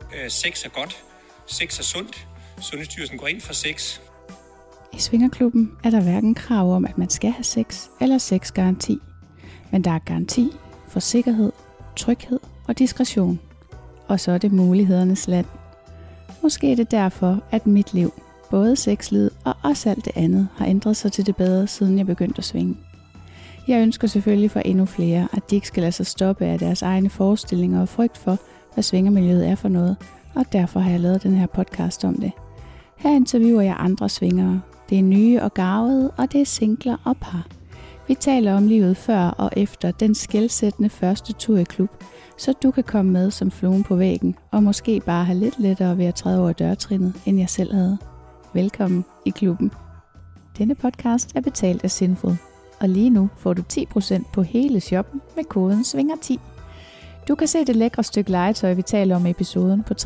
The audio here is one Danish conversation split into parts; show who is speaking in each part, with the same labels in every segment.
Speaker 1: Sex er godt. Sex er sundt. Sundhedsstyrelsen går ind for sex.
Speaker 2: I Svingerklubben er der hverken krav om, at man skal have sex eller sexgaranti. Men der er garanti for sikkerhed, tryghed og diskretion. Og så er det mulighedernes land. Måske er det derfor, at mit liv, både sexlivet og også alt det andet, har ændret sig til det bedre, siden jeg begyndte at svinge. Jeg ønsker selvfølgelig for endnu flere, at de ikke skal lade sig stoppe af deres egne forestillinger og frygt for, hvad svingermiljøet er for noget, og derfor har jeg lavet den her podcast om det. Her interviewer jeg andre svingere. Det er nye og garvede, og det er singler og par. Vi taler om livet før og efter den skelsættende første tur i klub, så du kan komme med som fluen på væggen, og måske bare have lidt lettere ved at træde over dørtrinnet, end jeg selv havde. Velkommen i klubben. Denne podcast er betalt af Sinful, og lige nu får du 10% på hele shoppen med koden SVINGER10. Du kan se det lækre stykke legetøj, vi taler om i episoden på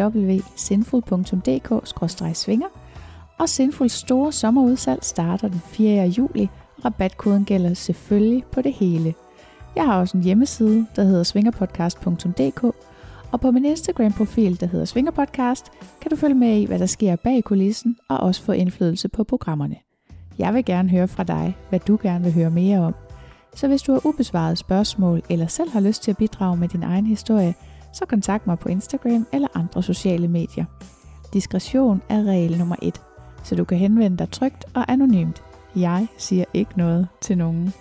Speaker 2: www.sinful.dk/svinger, og Sinfuls store sommerudsalg starter den 4. juli, og rabatkoden gælder selvfølgelig på det hele. Jeg har også en hjemmeside, der hedder svingerpodcast.dk, og på min Instagram-profil, der hedder Svingerpodcast, kan du følge med i, hvad der sker bag kulissen, og også få indflydelse på programmerne. Jeg vil gerne høre fra dig, hvad du gerne vil høre mere om. Så hvis du har ubesvarede spørgsmål, eller selv har lyst til at bidrage med din egen historie, så kontakt mig på Instagram eller andre sociale medier. Diskretion er regel nummer 1, så du kan henvende dig trygt og anonymt. Jeg siger ikke noget til nogen.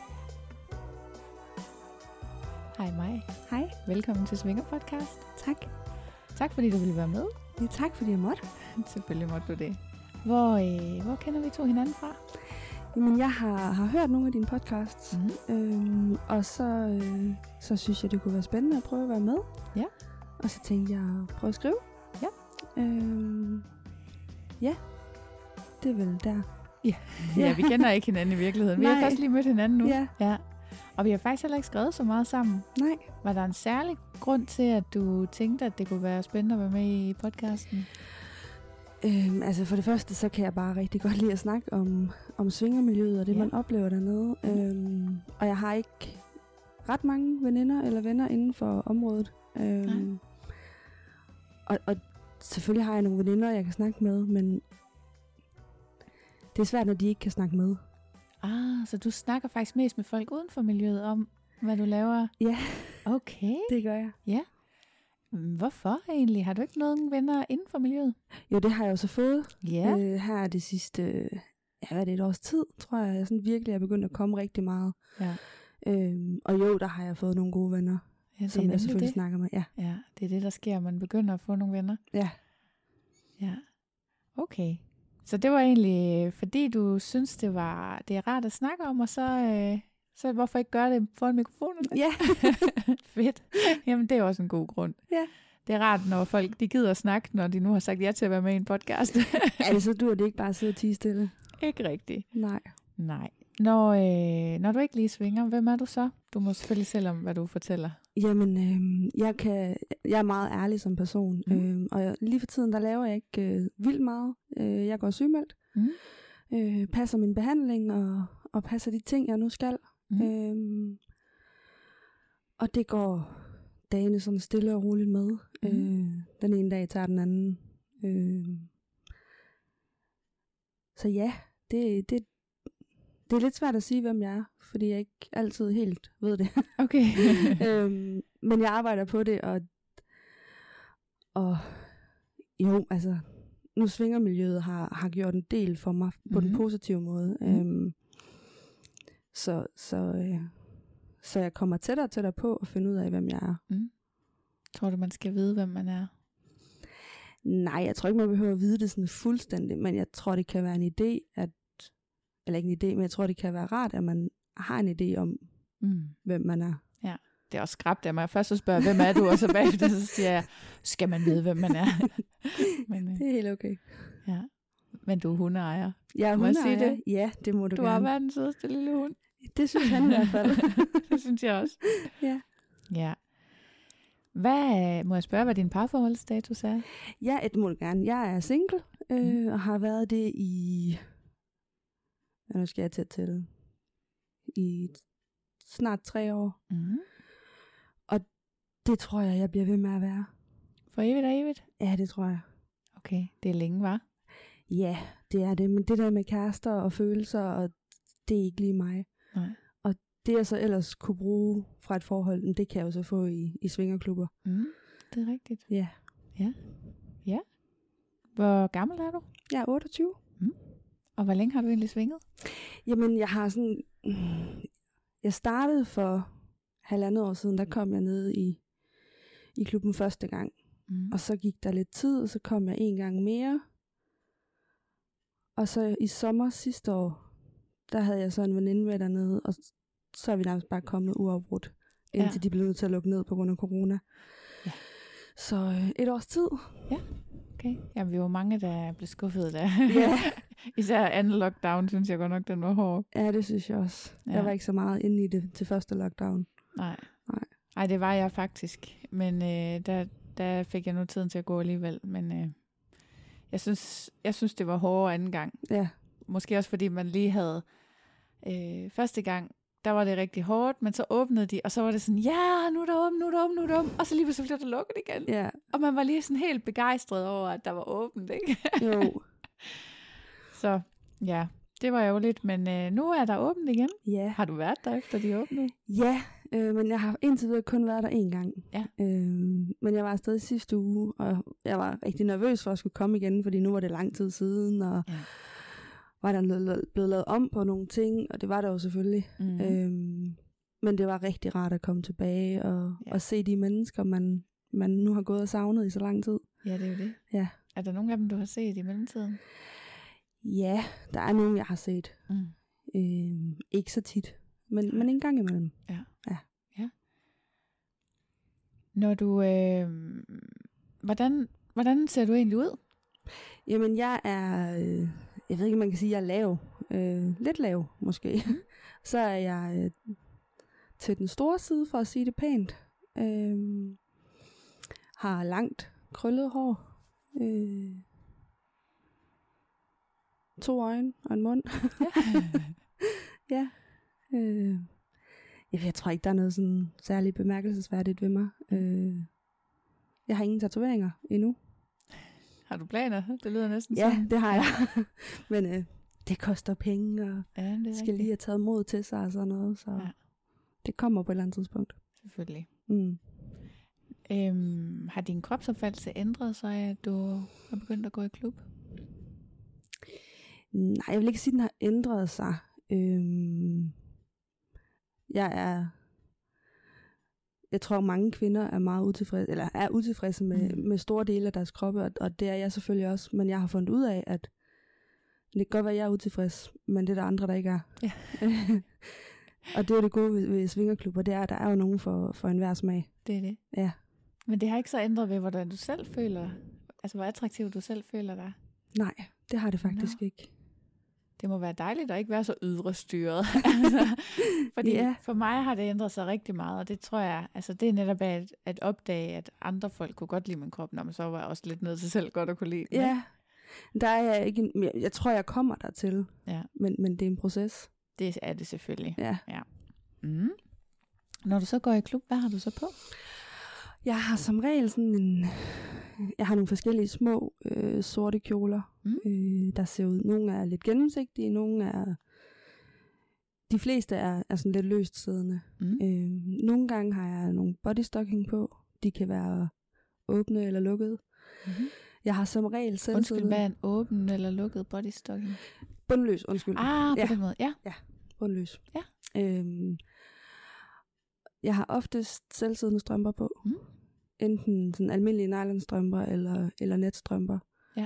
Speaker 2: Hej Maj.
Speaker 3: Hej.
Speaker 2: Velkommen til Svinger Podcast.
Speaker 3: Tak.
Speaker 2: Tak fordi du ville være med.
Speaker 3: Ja, tak fordi jeg måtte.
Speaker 2: Selvfølgelig måtte du det. Hvor kender vi to hinanden fra?
Speaker 3: Jamen, jeg har hørt nogle af dine podcasts, og så synes jeg, det kunne være spændende at prøve at være med.
Speaker 2: Ja.
Speaker 3: Og så tænkte jeg at prøve at skrive.
Speaker 2: Ja.
Speaker 3: Ja, det er vel der.
Speaker 2: Ja, vi kender ikke hinanden i virkeligheden. Vi har først lige mødt hinanden nu.
Speaker 3: Ja.
Speaker 2: Og vi har faktisk heller ikke skrevet så meget sammen.
Speaker 3: Nej.
Speaker 2: Var der en særlig grund til, at du tænkte, at det kunne være spændende at være med i podcasten?
Speaker 3: Altså for det første, så kan jeg bare rigtig godt lide at snakke om svingermiljøet og det, man oplever dernede. Og jeg har ikke ret mange veninder eller venner inden for området. Og selvfølgelig har jeg nogle veninder, jeg kan snakke med, men det er svært, når de ikke kan snakke med.
Speaker 2: Så du snakker faktisk mest med folk uden for miljøet om, hvad du laver?
Speaker 3: Ja,
Speaker 2: okay.
Speaker 3: Det gør jeg.
Speaker 2: Ja. Hvorfor egentlig? Har du ikke nogen venner inden for miljøet?
Speaker 3: Jo, det har jeg jo så fået.
Speaker 2: Ja.
Speaker 3: Her det sidste, et års tid, tror jeg sådan virkelig er begyndt at komme rigtig meget.
Speaker 2: Ja.
Speaker 3: Og jo, der har jeg fået nogle gode venner, som jeg selvfølgelig snakker med. Ja,
Speaker 2: det er det, der sker. Man begynder at få nogle venner.
Speaker 3: Ja.
Speaker 2: Ja. Okay. Så det var egentlig, fordi du synes, det er rart at snakke om, og så hvorfor ikke gøre det foran mikrofonen?
Speaker 3: Ja.
Speaker 2: Fedt. Jamen, det er også en god grund.
Speaker 3: Ja.
Speaker 2: Det er rart, når folk de gider at snakke, når de nu har sagt ja til at være med i en podcast.
Speaker 3: Altså, du er det ikke bare at sidde og tie stille?
Speaker 2: Ikke rigtigt.
Speaker 3: Nej.
Speaker 2: Når du ikke lige svinger, hvem er du så? Du må selvfølgelig selv om, hvad du fortæller.
Speaker 3: Jamen, jeg er meget ærlig som person. Og lige for tiden, der laver jeg ikke vildt meget. Jeg går sygemeldt. Passer min behandling og passer de ting, jeg nu skal. Og det går dagene sådan stille og roligt med. Den ene dag tager den anden. Så ja, det er lidt svært at sige, hvem jeg er, fordi jeg ikke altid helt ved det.
Speaker 2: Okay.
Speaker 3: Men jeg arbejder på det, og jo, altså, nu svingermiljøet har gjort en del for mig på den positive måde. Så jeg kommer tættere og tættere på at finde ud af, hvem jeg er.
Speaker 2: Tror du, man skal vide, hvem man er?
Speaker 3: Nej, jeg tror ikke, man behøver at vide det sådan fuldstændig, men jeg tror, det kan være en idé, eller ikke en idé, men jeg tror, det kan være rart, at man har en idé om, hvem man er.
Speaker 2: Ja, det er også skræbt af mig. Først så spørger hvem er du, og så bagefter så siger jeg, skal man vide, hvem man er? Men,
Speaker 3: det er helt okay.
Speaker 2: Ja. Men du er hundeejer.
Speaker 3: Jeg er hundeejer. Ja, det må du gerne.
Speaker 2: Du har verdens sødeste lille hund.
Speaker 3: Det synes han i hvert fald.
Speaker 2: Det synes jeg også.
Speaker 3: Ja.
Speaker 2: Ja. Må jeg spørge, hvad din parforholdsstatus er?
Speaker 3: Ja, det må du gerne. Jeg er single, og har været det i... nu skal jeg til at tælle. I snart 3 år. Og det tror jeg bliver ved med at være.
Speaker 2: For evigt og evigt?
Speaker 3: Ja, det tror jeg.
Speaker 2: Okay, det er længe, var?
Speaker 3: Ja, det er det. Men det der med kærester og følelser, og det er ikke lige mig.
Speaker 2: Nej.
Speaker 3: Og det jeg så ellers kunne bruge fra et forhold, det kan jeg jo så få i svingerklubber.
Speaker 2: Det er rigtigt.
Speaker 3: Ja.
Speaker 2: Ja. Ja. Hvor gammel er du?
Speaker 3: Jeg er 28.
Speaker 2: Og hvor længe har du egentlig svinget?
Speaker 3: Jamen, jeg har sådan... Jeg startede for 1,5 år siden, der kom jeg ned i klubben første gang. Og så gik der lidt tid, og så kom jeg en gang mere. Og så i sommer sidste år, der havde jeg så en veninde med dernede, og så er vi nærmest bare kommet uafbrudt, indtil de blev nødt til at lukke ned på grund af corona.
Speaker 2: Ja.
Speaker 3: Så 1 års tid.
Speaker 2: Ja, okay. Jamen, vi var mange, der blev skuffet der.
Speaker 3: Ja.
Speaker 2: Især anden lockdown, synes jeg godt nok, den var hård.
Speaker 3: Ja, det synes jeg også. Ja. Jeg var ikke så meget inde i det til første lockdown.
Speaker 2: Nej, det var jeg faktisk. Men der fik jeg nu tiden til at gå alligevel. Men jeg synes, det var hårdere anden gang.
Speaker 3: Ja.
Speaker 2: Måske også, fordi man lige havde... første gang, der var det rigtig hårdt, men så åbnede de, og så var det sådan, ja, nu er der åbent, og så lige pludselig blev der lukket igen.
Speaker 3: Ja.
Speaker 2: Og man var lige sådan helt begejstret over, at der var åbent, ikke?
Speaker 3: Jo.
Speaker 2: Så ja, det var jo lidt, men nu er der åbent igen.
Speaker 3: Ja.
Speaker 2: Har du været der, efter de åbnede?
Speaker 3: Ja, men jeg har indtil videre kun været der 1 gang.
Speaker 2: Ja.
Speaker 3: Men jeg var afsted i sidste uge, og jeg var rigtig nervøs for at skulle komme igen, fordi nu var det lang tid siden, og var der blevet lavet om på nogle ting, og det var der jo selvfølgelig. Men det var rigtig rart at komme tilbage og se de mennesker, man nu har gået og savnet i så lang tid.
Speaker 2: Ja, det er jo det.
Speaker 3: Ja.
Speaker 2: Er der nogen af dem, du har set i mellemtiden?
Speaker 3: Ja, der er nogen, jeg har set. Ikke så tit, men en gang imellem.
Speaker 2: Ja.
Speaker 3: Ja.
Speaker 2: Når du... Hvordan ser du egentlig ud?
Speaker 3: Jamen, jeg er... jeg ved ikke, om man kan sige, at jeg er lav. Lidt lav, måske. Så er jeg til den store side, for at sige det pænt. Har langt, krøllet hår. 2 øjne og en mund. Ja. Jeg tror ikke, der er noget sådan særligt bemærkelsesværdigt ved mig. Jeg har ingen tatoveringer endnu.
Speaker 2: Har du planer? Det lyder næsten
Speaker 3: sådan.
Speaker 2: sådan.
Speaker 3: Ja, det har jeg. Men det koster penge, og
Speaker 2: det
Speaker 3: skal lige have taget mod til sig og sådan noget. Så det kommer på et eller andet tidspunkt.
Speaker 2: Selvfølgelig. Har din kropsopfattelse ændret sig, at du har begyndt at gå i klub?
Speaker 3: Nej, jeg vil ikke sige, at den har ændret sig. Jeg tror, mange kvinder er meget utilfredse med store dele af deres kroppe, og det er jeg selvfølgelig også, men jeg har fundet ud af, at det kan godt være, at jeg er utilfreds, men det er der andre, der ikke er. Ja. Og det er det gode ved svingerklubber, det er, at der er jo nogen for enhver smag.
Speaker 2: Det er det.
Speaker 3: Ja.
Speaker 2: Men det har ikke så ændret ved, hvordan du selv føler, altså hvor attraktiv du selv føler dig?
Speaker 3: Nej, det har det faktisk ikke.
Speaker 2: Det må være dejligt at ikke være så ydre styret. Fordi for mig har det ændret sig rigtig meget, og det tror jeg, altså det er netop at opdage, at andre folk kunne godt lide min krop, når man så var også lidt nødt til selv godt at kunne lide den.
Speaker 3: Ja, der er jeg ikke, jeg tror, jeg kommer dertil, men det er en proces.
Speaker 2: Det er det selvfølgelig.
Speaker 3: Ja.
Speaker 2: Når du så går i klub, hvad har du så på?
Speaker 3: Jeg har som regel sådan jeg har nogle forskellige små sorte kjoler, der ser ud. Nogle er lidt gennemsigtige, de fleste er sådan lidt løst siddende. Nogle gange har jeg nogle bodystocking på. De kan være åbne eller lukkede. Jeg har som regel selv...
Speaker 2: Undskyld, hvad er en åben eller lukket bodystocking?
Speaker 3: Bundløs, undskyld.
Speaker 2: På den måde, ja.
Speaker 3: Ja, bundløs.
Speaker 2: Ja.
Speaker 3: Jeg har oftest selvsiddende strømper på. Enten sådan almindelige nylonstrømper eller netstrømper.
Speaker 2: Ja.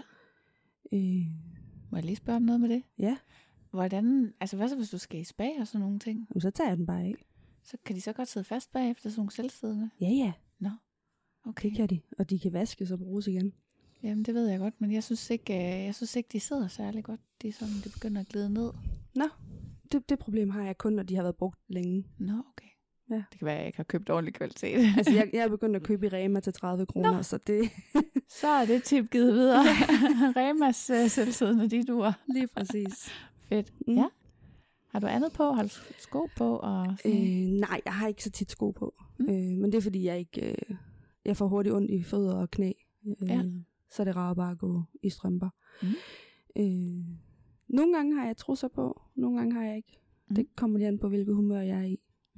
Speaker 2: Må jeg lige spørge om noget med det?
Speaker 3: Ja.
Speaker 2: Hvordan, altså hvad så hvis du skal i spa og sådan nogle ting?
Speaker 3: Jamen, så tager jeg den bare af.
Speaker 2: Så kan de så godt sidde fast bagefter sådan nogle selvsiddende?
Speaker 3: Ja.
Speaker 2: Nå, okay.
Speaker 3: Det kan de, og de kan vaskes og bruges igen.
Speaker 2: Jamen det ved jeg godt, men jeg synes ikke de sidder særlig godt. De begynder at glide ned.
Speaker 3: Nå, det problem har jeg kun, når de har været brugt længe.
Speaker 2: Nå, okay.
Speaker 3: Ja.
Speaker 2: Det kan være, at jeg ikke har købt ordentlig kvalitet.
Speaker 3: Altså, jeg er begyndt at købe i Rema til 30 kroner, så det...
Speaker 2: Så er det tip givet videre. Remas selvsiddende, de duer.
Speaker 3: Lige præcis.
Speaker 2: Fedt. Ja. Har du andet på? Har du sko på? Og
Speaker 3: nej, jeg har ikke så tit sko på. Men det er, fordi jeg ikke... jeg får hurtigt ondt i fødder og knæ. Så er det rart bare at gå i strømper. Nogle gange har jeg trusser på, nogle gange har jeg ikke. Det kommer lige an på, hvilket humør jeg er i.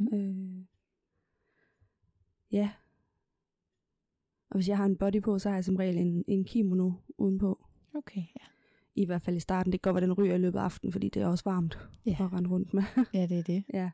Speaker 3: Ja. Og hvis jeg har en body på, så har jeg som regel en kimono udenpå.
Speaker 2: Okay, ja.
Speaker 3: I hvert fald i starten. Det kan godt være, den ryger i løbet af aftenen, fordi det er også varmt at rende rundt med.
Speaker 2: Ja, det er det.
Speaker 3: Ja.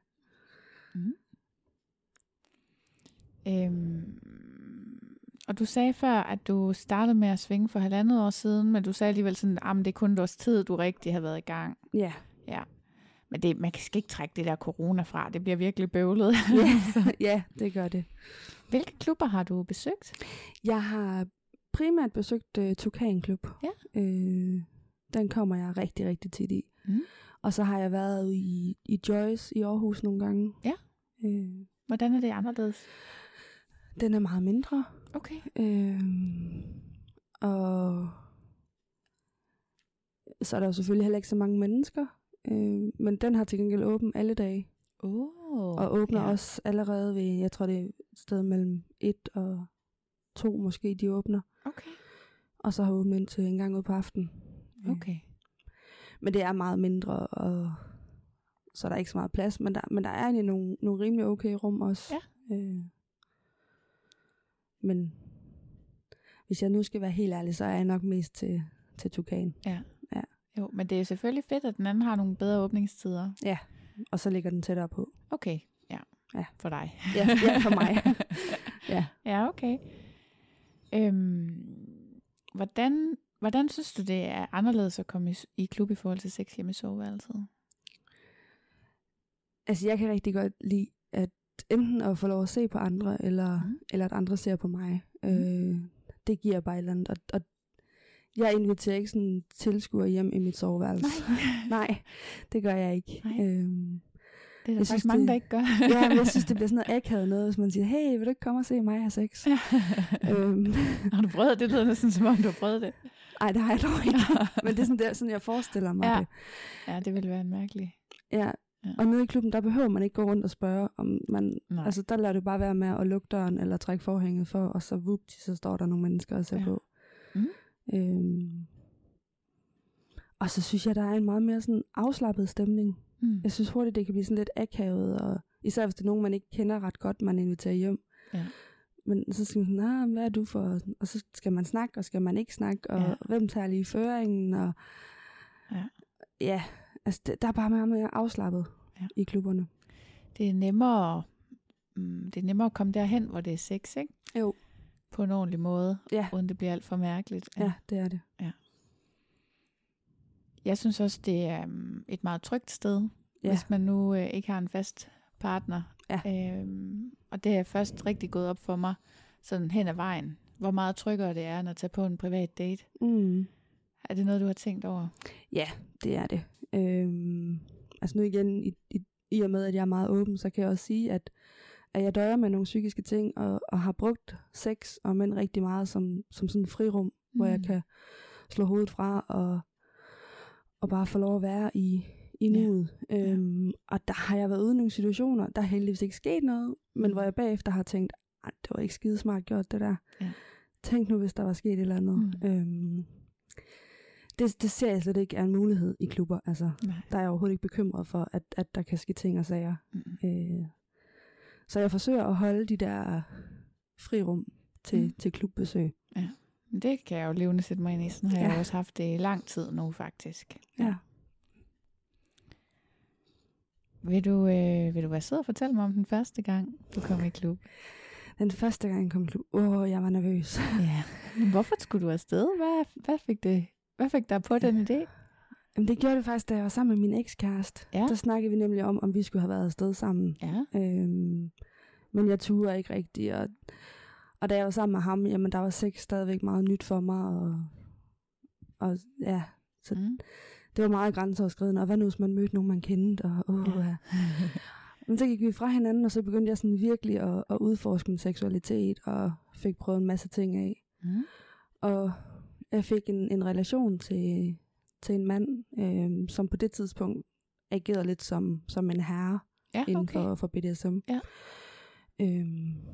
Speaker 2: Og du sagde før, at du startede med at svinge for 1,5 år siden, men du sagde alligevel sådan, at det er kun et års tid, du rigtig har været i gang.
Speaker 3: Ja.
Speaker 2: Ja. Men man skal ikke trække det der corona fra. Det bliver virkelig bøvlet.
Speaker 3: Ja, det gør det.
Speaker 2: Hvilke klubber har du besøgt?
Speaker 3: Jeg har primært besøgt Tukan Klub.
Speaker 2: Ja.
Speaker 3: Den kommer jeg rigtig, rigtig tit i. Og så har jeg været i Joyce i Aarhus nogle gange.
Speaker 2: Ja. Hvordan er det anderledes?
Speaker 3: Den er meget mindre.
Speaker 2: Okay.
Speaker 3: Og så er der jo selvfølgelig heller ikke så mange mennesker. Men den har til gengæld åben alle dage. Og åbner også allerede ved, jeg tror det er et sted mellem 1 og 2 måske, de åbner.
Speaker 2: Okay.
Speaker 3: Og så har åbnet indtil en gang ud på aften.
Speaker 2: Okay.
Speaker 3: Men det er meget mindre, og så er der ikke så meget plads. Men der er egentlig nogle rimelig okay rum også.
Speaker 2: Ja.
Speaker 3: Men hvis jeg nu skal være helt ærlig, så er jeg nok mest til Tukan.
Speaker 2: Ja. Jo, men det er selvfølgelig fedt, at den anden har nogle bedre åbningstider.
Speaker 3: Ja, og så ligger den tættere på.
Speaker 2: Okay, ja. For dig.
Speaker 3: Ja, for mig. Ja.
Speaker 2: Ja, okay. Hvordan synes du, det er anderledes at komme i klub i forhold til sex hjemme i soveværelset?
Speaker 3: Altså, jeg kan rigtig godt lide, at enten at få lov at se på andre, eller at andre ser på mig. Det giver bare et eller andet. Og jeg inviterer ikke sådan tilskuer hjem i mit soveværelse. Nej, det gør jeg ikke.
Speaker 2: Det er der faktisk mange, der ikke gør.
Speaker 3: Ja, men jeg synes, det bliver sådan noget akavet noget, hvis man siger, hey, vil du ikke komme og se mig have sex?
Speaker 2: Har du prøvet det? Det lyder næsten som om, du har prøvet det.
Speaker 3: Nej, det har jeg dog ikke. Men det er sådan, jeg forestiller mig det.
Speaker 2: Ja, det ville være en mærkelig.
Speaker 3: Ja, og nede i klubben, der behøver man ikke gå rundt og spørge, om man, altså der lader det bare være med at lukke døren, eller trække forhænget for, og så vupti, så står der nogle mennesker og ser på. Og så synes jeg, der er en meget mere sådan afslappet stemning. Jeg synes hurtigt, det kan blive sådan lidt akavet, og især hvis det er nogen, man ikke kender ret godt, man inviterer hjem. Ja. Men så skal man sådan, hvad er du for? Og så skal man snakke, og skal man ikke snakke, og hvem tager lige føringen, og ja, altså der er bare meget mere afslappet i klubberne.
Speaker 2: Det er nemmere at komme derhen, hvor det er sex, ikke?
Speaker 3: Jo.
Speaker 2: På en ordentlig måde, uden det bliver alt for mærkeligt.
Speaker 3: Ja, det er det.
Speaker 2: Ja. Jeg synes også, det er et meget trygt sted, hvis man nu ikke har en fast partner. Ja. Og det er først rigtig gået op for mig, sådan hen ad vejen, hvor meget tryggere det er, end at tage på en privat date. Er det noget, du har tænkt over? Ja,
Speaker 3: det er det. Altså nu igen, i og med, at jeg er meget åben, så kan jeg også sige, at jeg døjer med nogle psykiske ting, og har brugt sex og mænd rigtig meget som sådan en frirum, hvor jeg kan slå hovedet fra, og bare få lov at være i nuet. Og der har jeg været ude i nogle situationer, der er heldigvis ikke sket noget, men hvor jeg bagefter har tænkt, det var ikke skide smart gjort det der. Ja. Tænk nu, hvis der var sket et eller andet. Det ser jeg slet ikke er en mulighed i klubber. Altså, der er jeg overhovedet ikke bekymret for, at der kan ske ting og sager. Så jeg forsøger at holde de der frirum til klubbesøg. Ja.
Speaker 2: Det kan jeg jo levende sætte mig ind i. Sådan har jeg også haft det i lang tid nu, faktisk.
Speaker 3: Ja.
Speaker 2: Vil du være sød og fortælle mig om den første gang, du kom i klub?
Speaker 3: Den første gang, jeg kom i klub? Jeg var nervøs.
Speaker 2: Ja. Hvorfor skulle du afsted? Hvad fik dig på den idé?
Speaker 3: Jamen, det gjorde det faktisk, da jeg var sammen med min ekskæreste. Ja. Der snakkede vi nemlig om vi skulle have været afsted sammen. Ja. Men jeg turde ikke rigtigt, og da jeg var sammen med ham, jamen der var sex stadigvæk meget nyt for mig, og ja, så det var meget grænseoverskridende, og hvad nu hvis man mødte nogen, man kendte, og Men så gik vi fra hinanden, og så begyndte jeg sådan virkelig at udforske min seksualitet, og fik prøvet en masse ting af. Og jeg fik en relation til en mand, som på det tidspunkt agerede lidt som en herre inden for BDSM. Ja.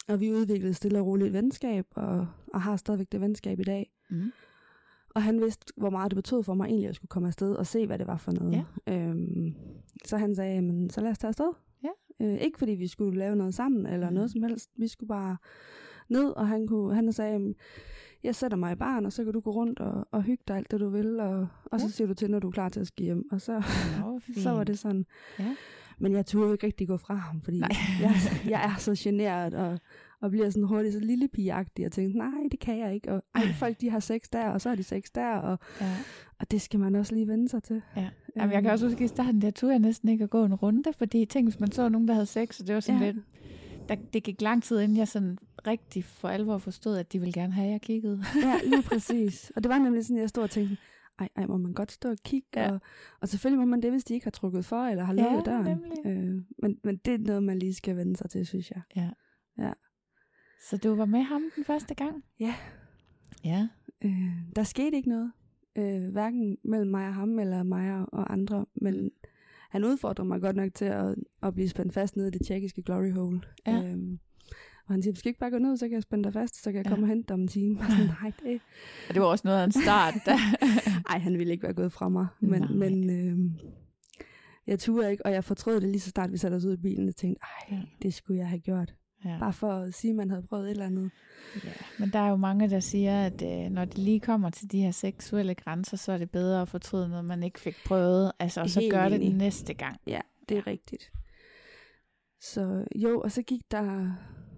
Speaker 3: Og vi udviklede stille og roligt et venskab, og har stadigvæk det venskab i dag.
Speaker 2: Mm.
Speaker 3: Og han vidste, hvor meget det betød for mig egentlig, at skulle komme afsted og se, hvad det var for noget.
Speaker 2: Ja.
Speaker 3: Så han sagde, men så lad os tage afsted.
Speaker 2: Ja.
Speaker 3: Ikke fordi vi skulle lave noget sammen, eller noget som helst. Vi skulle bare ned, og han sagde, jeg sætter mig i baren, og så kan du gå rundt og hygge dig alt det, du vil, og så siger du til, når du er klar til at ske hjem. Og så, så var det sådan. Ja. Men jeg turde ikke rigtig gå fra ham, fordi jeg er så generet, og bliver sådan hurtigt så lille pigeagtig, og tænkte, nej, det kan jeg ikke. Og folk, de har sex der, og så har de sex der, og det skal man også lige vende sig til.
Speaker 2: Ja. Jamen, jeg kan også huske, i starten der turde jeg næsten ikke at gå en runde, fordi tænk, hvis man så nogen, der havde sex, og det var sådan lidt, det gik lang tid, inden jeg sådan rigtig for alvor forstod, at de ville gerne have, at jeg kiggede. Ja,
Speaker 3: lige præcis. Og det var nemlig sådan, jeg stod og tænkte, ej, må man godt stå og kigge, og selvfølgelig må man det, hvis de ikke har trukket for, eller har lukket døren. Men det er noget, man lige skal vende sig til, synes jeg. Ja.
Speaker 2: Så du var med ham den første gang?
Speaker 3: Ja.
Speaker 2: Ja.
Speaker 3: Der skete ikke noget, hverken mellem mig og ham, eller mig og andre, men han udfordrede mig godt nok til at blive spændt fast nede i det tjekkiske glory hole. Ja. Og han siger, du skal ikke bare gå ned, så kan jeg spænde dig fast, så kan jeg komme og hente dig om en time. Nej, det...
Speaker 2: Og det var også noget af en start.
Speaker 3: Nej, han ville ikke være gået fra mig. Men jeg turde ikke, og jeg fortrød det lige så snart, vi satte os ud i bilen, og tænkte, det skulle jeg have gjort. Ja. Bare for at sige, at man havde prøvet et eller andet.
Speaker 2: Ja, men der er jo mange, der siger, at når det lige kommer til de her seksuelle grænser, så er det bedre at fortryde noget, man ikke fik prøvet. Altså, og så gør det den næste gang.
Speaker 3: Ja, det er rigtigt. Så jo, og så gik der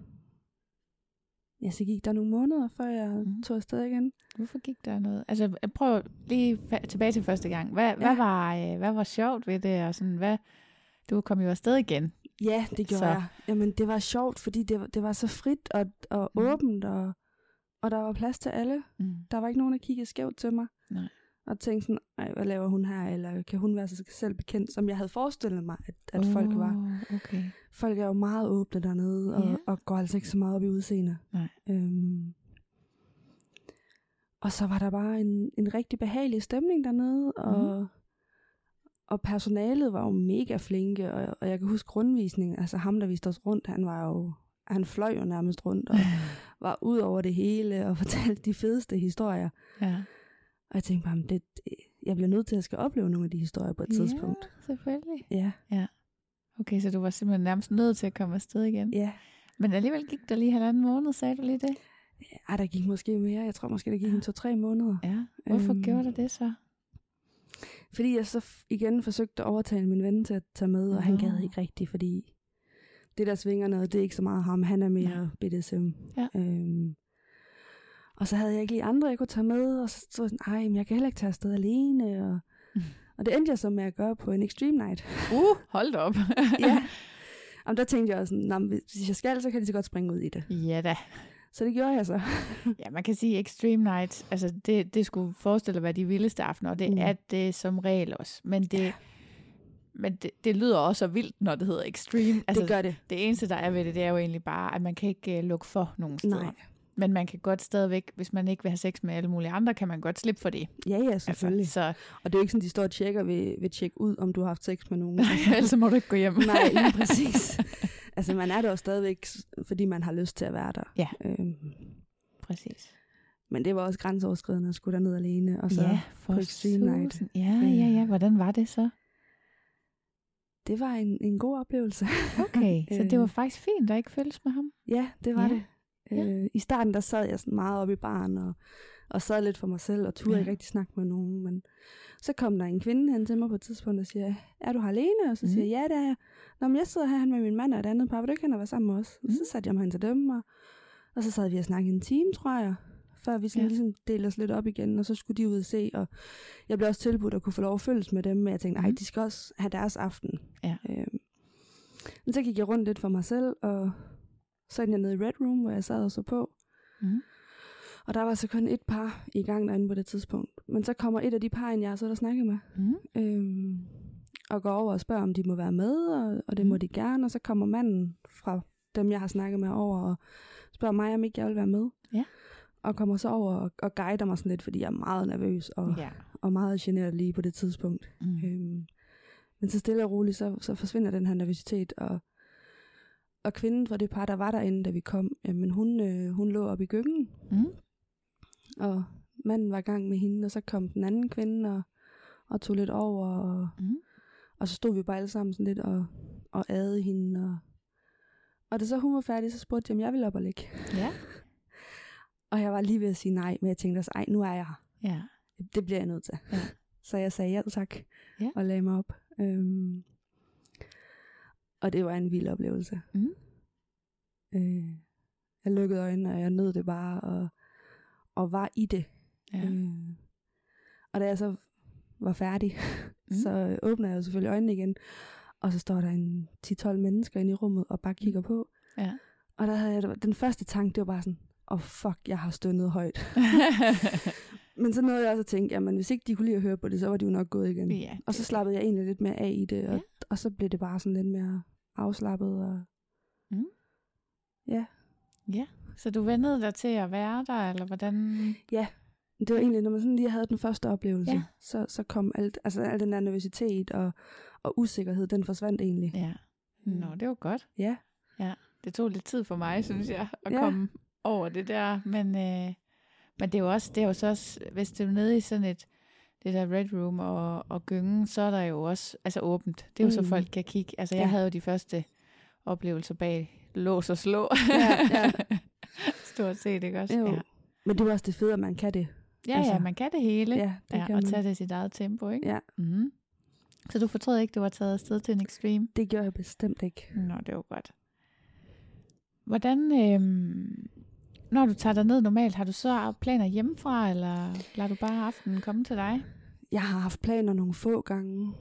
Speaker 3: nogle måneder, før jeg tog afsted igen.
Speaker 2: Hvorfor gik der noget? Altså, prøv lige tilbage til første gang. Hvad var sjovt ved det? Og sådan, du kom jo afsted igen.
Speaker 3: Ja, det gjorde jeg. Jamen, det var sjovt, fordi det var så frit og åbent, og der var plads til alle. Der var ikke nogen, der kiggede skævt til mig. Nej. Og tænkte sådan, hvad laver hun her? Eller kan hun være sig selv bekendt, som jeg havde forestillet mig, at folk var. Okay. Folk er jo meget åbne dernede, og går altså ikke så meget op i udseende. Nej. Og så var der bare en rigtig behagelig stemning dernede, og personalet var jo mega flinke, og jeg kan huske rundvisningen, altså ham, der viste os rundt, han fløj jo nærmest rundt, og var ud over det hele, og fortalte de fedeste historier. Ja. Og jeg tænkte bare, jeg bliver nødt til at skal opleve nogle af de historier på et tidspunkt.
Speaker 2: Ja, selvfølgelig.
Speaker 3: Ja.
Speaker 2: Okay, så du var simpelthen nærmest nødt til at komme afsted igen.
Speaker 3: Ja.
Speaker 2: Men alligevel gik der lige 1,5 måned, sagde du lige det?
Speaker 3: Ja, der gik måske mere. Jeg tror måske, der gik 2-3 måneder.
Speaker 2: Ja. Hvorfor gjorde du det så?
Speaker 3: Fordi jeg så igen forsøgte at overtale min ven til at tage med, og han gad ikke rigtigt, fordi det der svinger noget, det er ikke så meget ham. Han er mere BDSM. Ja. Og så havde jeg ikke lige andre, jeg kunne tage med, og så sådan, men jeg kan heller ikke tage afsted alene, og det endte jeg så med at gøre på en Extreme Night.
Speaker 2: Hold da op.
Speaker 3: Ja. Og der tænkte jeg også, hvis jeg skal, så kan de så godt springe ud i det.
Speaker 2: Ja da.
Speaker 3: Så det gjorde jeg så.
Speaker 2: Ja, man kan sige Extreme Night, altså det skulle forestille at være de vildeste aftener, og det er det som regel også. Men det lyder også vildt, når det hedder Extreme. Altså,
Speaker 3: det gør det.
Speaker 2: Det eneste, der er ved det, det er jo egentlig bare, at man kan ikke lukke for nogen steder. Nej. Men man kan godt stadigvæk, hvis man ikke vil have sex med alle mulige andre, kan man godt slippe for det.
Speaker 3: Ja, selvfølgelig.
Speaker 2: Altså, så...
Speaker 3: Og det er jo ikke sådan, de står og tjekker ved tjek ud, om du har haft sex med nogen.
Speaker 2: Ellers må du ikke gå hjem.
Speaker 3: Nej, lige præcis. Altså, man er der jo stadigvæk, fordi man har lyst til at være der.
Speaker 2: Ja, præcis.
Speaker 3: Men det var også grænseoverskridende at skulle derned alene, og så på Extreme Night.
Speaker 2: Ja. Hvordan var det så?
Speaker 3: Det var en god oplevelse.
Speaker 2: Okay, så det var faktisk fint, der ikke føltes med ham?
Speaker 3: Ja, det var det. Ja. I starten, der sad jeg sådan meget oppe i baren, og sad lidt for mig selv, og turde ikke rigtig snakke med nogen. Men så kom der en kvinde hen til mig på et tidspunkt, og siger, er du her alene? Og så siger jeg, ja, det er jeg. Nå, men jeg sidder her med min mand og et andet par, vil du ikke hen og være sammen med os? Og så satte jeg mig hen til dem, og så sad vi og snakkede en time, tror jeg, før vi sådan ligesom delte os lidt op igen, og så skulle de ud og se, og jeg blev også tilbudt at kunne få lov at følges med dem, men jeg tænkte, de skal også have deres aften. Ja. Men så gik jeg rundt lidt for mig selv, og så endte jeg nede i Red Room, hvor jeg sad og så på. Og der var så kun et par i gang derinde på det tidspunkt. Men så kommer et af de par, jeg så der snakkede med, og går over og spørger, om de må være med, og det må de gerne. Og så kommer manden fra dem, jeg har snakket med over, og spørger mig, om ikke jeg vil være med. Ja. Og kommer så over og guider mig sådan lidt, fordi jeg er meget nervøs og meget generet lige på det tidspunkt. Men så stille og roligt, så forsvinder den her nervøsitet, Og kvinden fra det par, der var derinde, da vi kom, jamen hun lå oppe i gyngen. Og manden var i gang med hende, og så kom den anden kvinde og tog lidt over. Og så stod vi bare alle sammen sådan lidt og adede hende. Og da så hun var færdig, så spurgte jeg, om jeg ville op og ligge.
Speaker 2: Ja.
Speaker 3: Og jeg var lige ved at sige nej, men jeg tænkte også, nu er jeg her.
Speaker 2: Ja.
Speaker 3: Det bliver jeg nødt til.
Speaker 2: Ja.
Speaker 3: Så jeg sagde ja tak,
Speaker 2: Ja.
Speaker 3: og lagde mig op. Og det var en vild oplevelse. Jeg lukkede øjnene, og jeg nød det bare, og var i det.
Speaker 2: Ja.
Speaker 3: Og da jeg så var færdig, så åbner jeg jo selvfølgelig øjnene igen, og så står der en 10-12 mennesker inde i rummet, og bare kigger på.
Speaker 2: Ja.
Speaker 3: Og der havde jeg, den første tanke, det var bare sådan, fuck, jeg har stønnet højt. Men så nåede jeg også at tænke, jamen hvis ikke de kunne lide at høre på det, så var de jo nok gået igen.
Speaker 2: Ja,
Speaker 3: og så slappede jeg egentlig lidt mere af i det, og så blev det bare sådan lidt mere afslappet. Og ja.
Speaker 2: Ja, så du vendede dig til at være der, eller hvordan?
Speaker 3: Ja, det var egentlig, når man sådan lige havde den første oplevelse, så kom al den der nervøsitet og usikkerhed, den forsvandt egentlig.
Speaker 2: Ja, nå, det var godt.
Speaker 3: Ja.
Speaker 2: Ja, det tog lidt tid for mig, synes jeg, at komme over det der, men det er jo også, hvis det er nede i sådan det der Red Room og gyngen, så er der jo også, altså åbent, det er jo så folk kan kigge, altså jeg havde jo de første oplevelser bag lås og slå, stort set, ikke også?
Speaker 3: Ja. Men det var også det fede, at man kan det.
Speaker 2: Ja, man kan det hele,
Speaker 3: det kan
Speaker 2: og tage det i sit eget tempo, ikke?
Speaker 3: Ja.
Speaker 2: Mm-hmm. Så du fortrød ikke, du var taget afsted til en extreme?
Speaker 3: Det gjorde jeg bestemt ikke.
Speaker 2: Nå, det var godt. Hvordan, når du tager dig ned normalt, har du så planer hjemmefra, eller lader du bare aftenen komme til dig?
Speaker 3: Jeg har haft planer nogle få gange.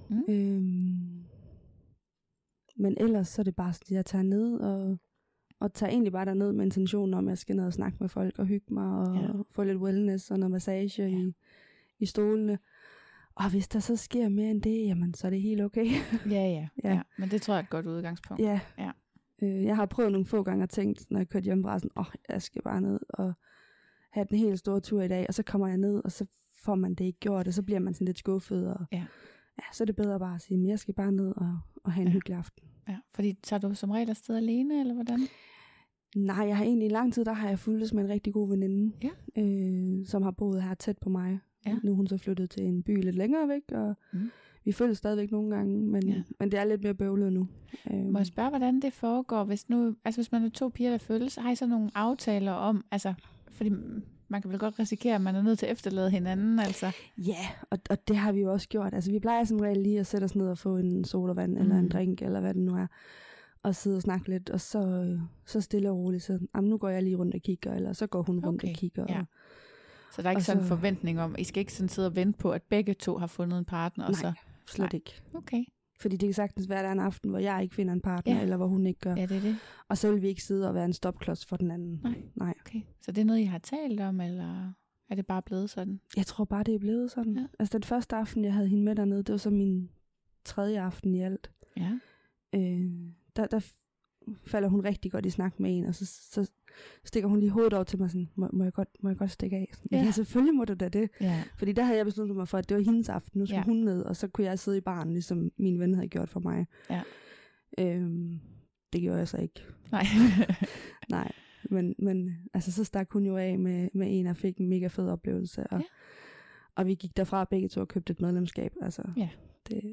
Speaker 3: Men ellers så er det bare sådan, at jeg tager ned og tager egentlig bare derned med intentionen om, at jeg skal ned og snakke med folk og hygge mig og få lidt wellness og noget massage i stolene. Og hvis der så sker mere end det, jamen så er det helt okay.
Speaker 2: Ja. Men det tror jeg er et godt udgangspunkt.
Speaker 3: Ja. Jeg har prøvet nogle få gange og tænkt, når jeg kørte hjemmefra, sådan, jeg skal bare ned og have den helt store tur i dag, og så kommer jeg ned, og så får man det ikke gjort, og så bliver man sådan lidt skuffet, og så er det bedre bare at sige, men jeg skal bare ned og have en hyggelig aften.
Speaker 2: Ja, fordi tager du som regel afsted alene, eller hvordan?
Speaker 3: Nej, jeg har egentlig i lang tid, der har jeg fulgtes med en rigtig god veninde, som har boet her tæt på mig. Ja. Nu er hun så flyttet til en by lidt længere væk, og vi følges stadigvæk nogle gange, men det er lidt mere bøvlet nu.
Speaker 2: Må jeg spørge, hvordan det foregår, hvis man er 2 piger, der følges, har I så nogle aftaler om, altså, fordi man kan vel godt risikere, at man er nødt til at efterlade hinanden, altså? Ja,
Speaker 3: og det har vi jo også gjort. Altså, vi plejer som regel lige at sætte os ned og få en sodavand, eller en drink, eller hvad det nu er, og sidde og snakke lidt, og så stille og roligt, så nu går jeg lige rundt og kigger, eller så går hun rundt og kigger.
Speaker 2: Ja. Så der er ikke sådan en forventning om, I skal ikke sådan sidde og vente på, at begge to har fundet en partner? Og
Speaker 3: nej, slet ikke.
Speaker 2: Okay.
Speaker 3: Fordi det kan sagtens være, at der er en aften, hvor jeg ikke finder en partner, eller hvor hun ikke gør.
Speaker 2: Ja, det er det.
Speaker 3: Og så vil vi ikke sidde og være en stopklods for den anden. Nej.
Speaker 2: Okay. Så det er noget, I har talt om, eller er det bare blevet sådan?
Speaker 3: Jeg tror bare, det er blevet sådan. Ja. Altså den første aften, jeg havde hende med dernede, det var så min 3. aften i alt.
Speaker 2: Ja.
Speaker 3: Der falder hun rigtig godt i snak med en, og så stikker hun lige hovedet over til mig sådan, må jeg godt stikke af? Sådan, ja, selvfølgelig må du da det. Ja. Fordi der havde jeg besluttet mig for, at det var hendes aften. Nu skulle hun ned, og så kunne jeg sidde i baren, ligesom min ven havde gjort for mig. Ja. Det gjorde jeg så ikke.
Speaker 2: Nej.
Speaker 3: Nej, men altså, så stak hun jo af med en, og fik en mega fed oplevelse. Og vi gik derfra begge to og købte et medlemskab. Altså, det,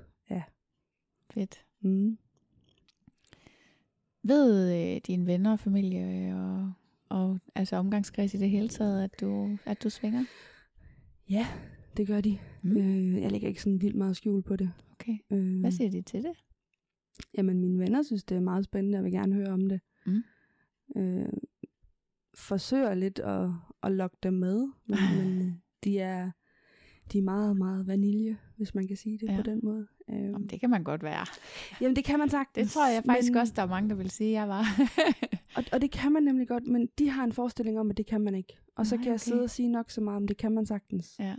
Speaker 2: fedt. Ved dine venner og familie og altså omgangskreds i det hele taget, at du svinger? Ja, det gør de. Jeg lægger ikke sådan vildt meget skjul på det. Okay. Hvad siger de til det? Jamen, mine venner synes, det er meget spændende, og vil gerne høre om det. Forsøger lidt at lokke dem med, men de er meget, meget vanilje, hvis man kan sige det på den måde. Det kan man godt være. Jamen, det kan man sagtens. Det tror jeg faktisk også, der er mange, der vil sige, jeg var. og det kan man nemlig godt, men de har en forestilling om, at det kan man ikke. Og så kan jeg sidde og sige nok så meget om, det kan man sagtens. Ja.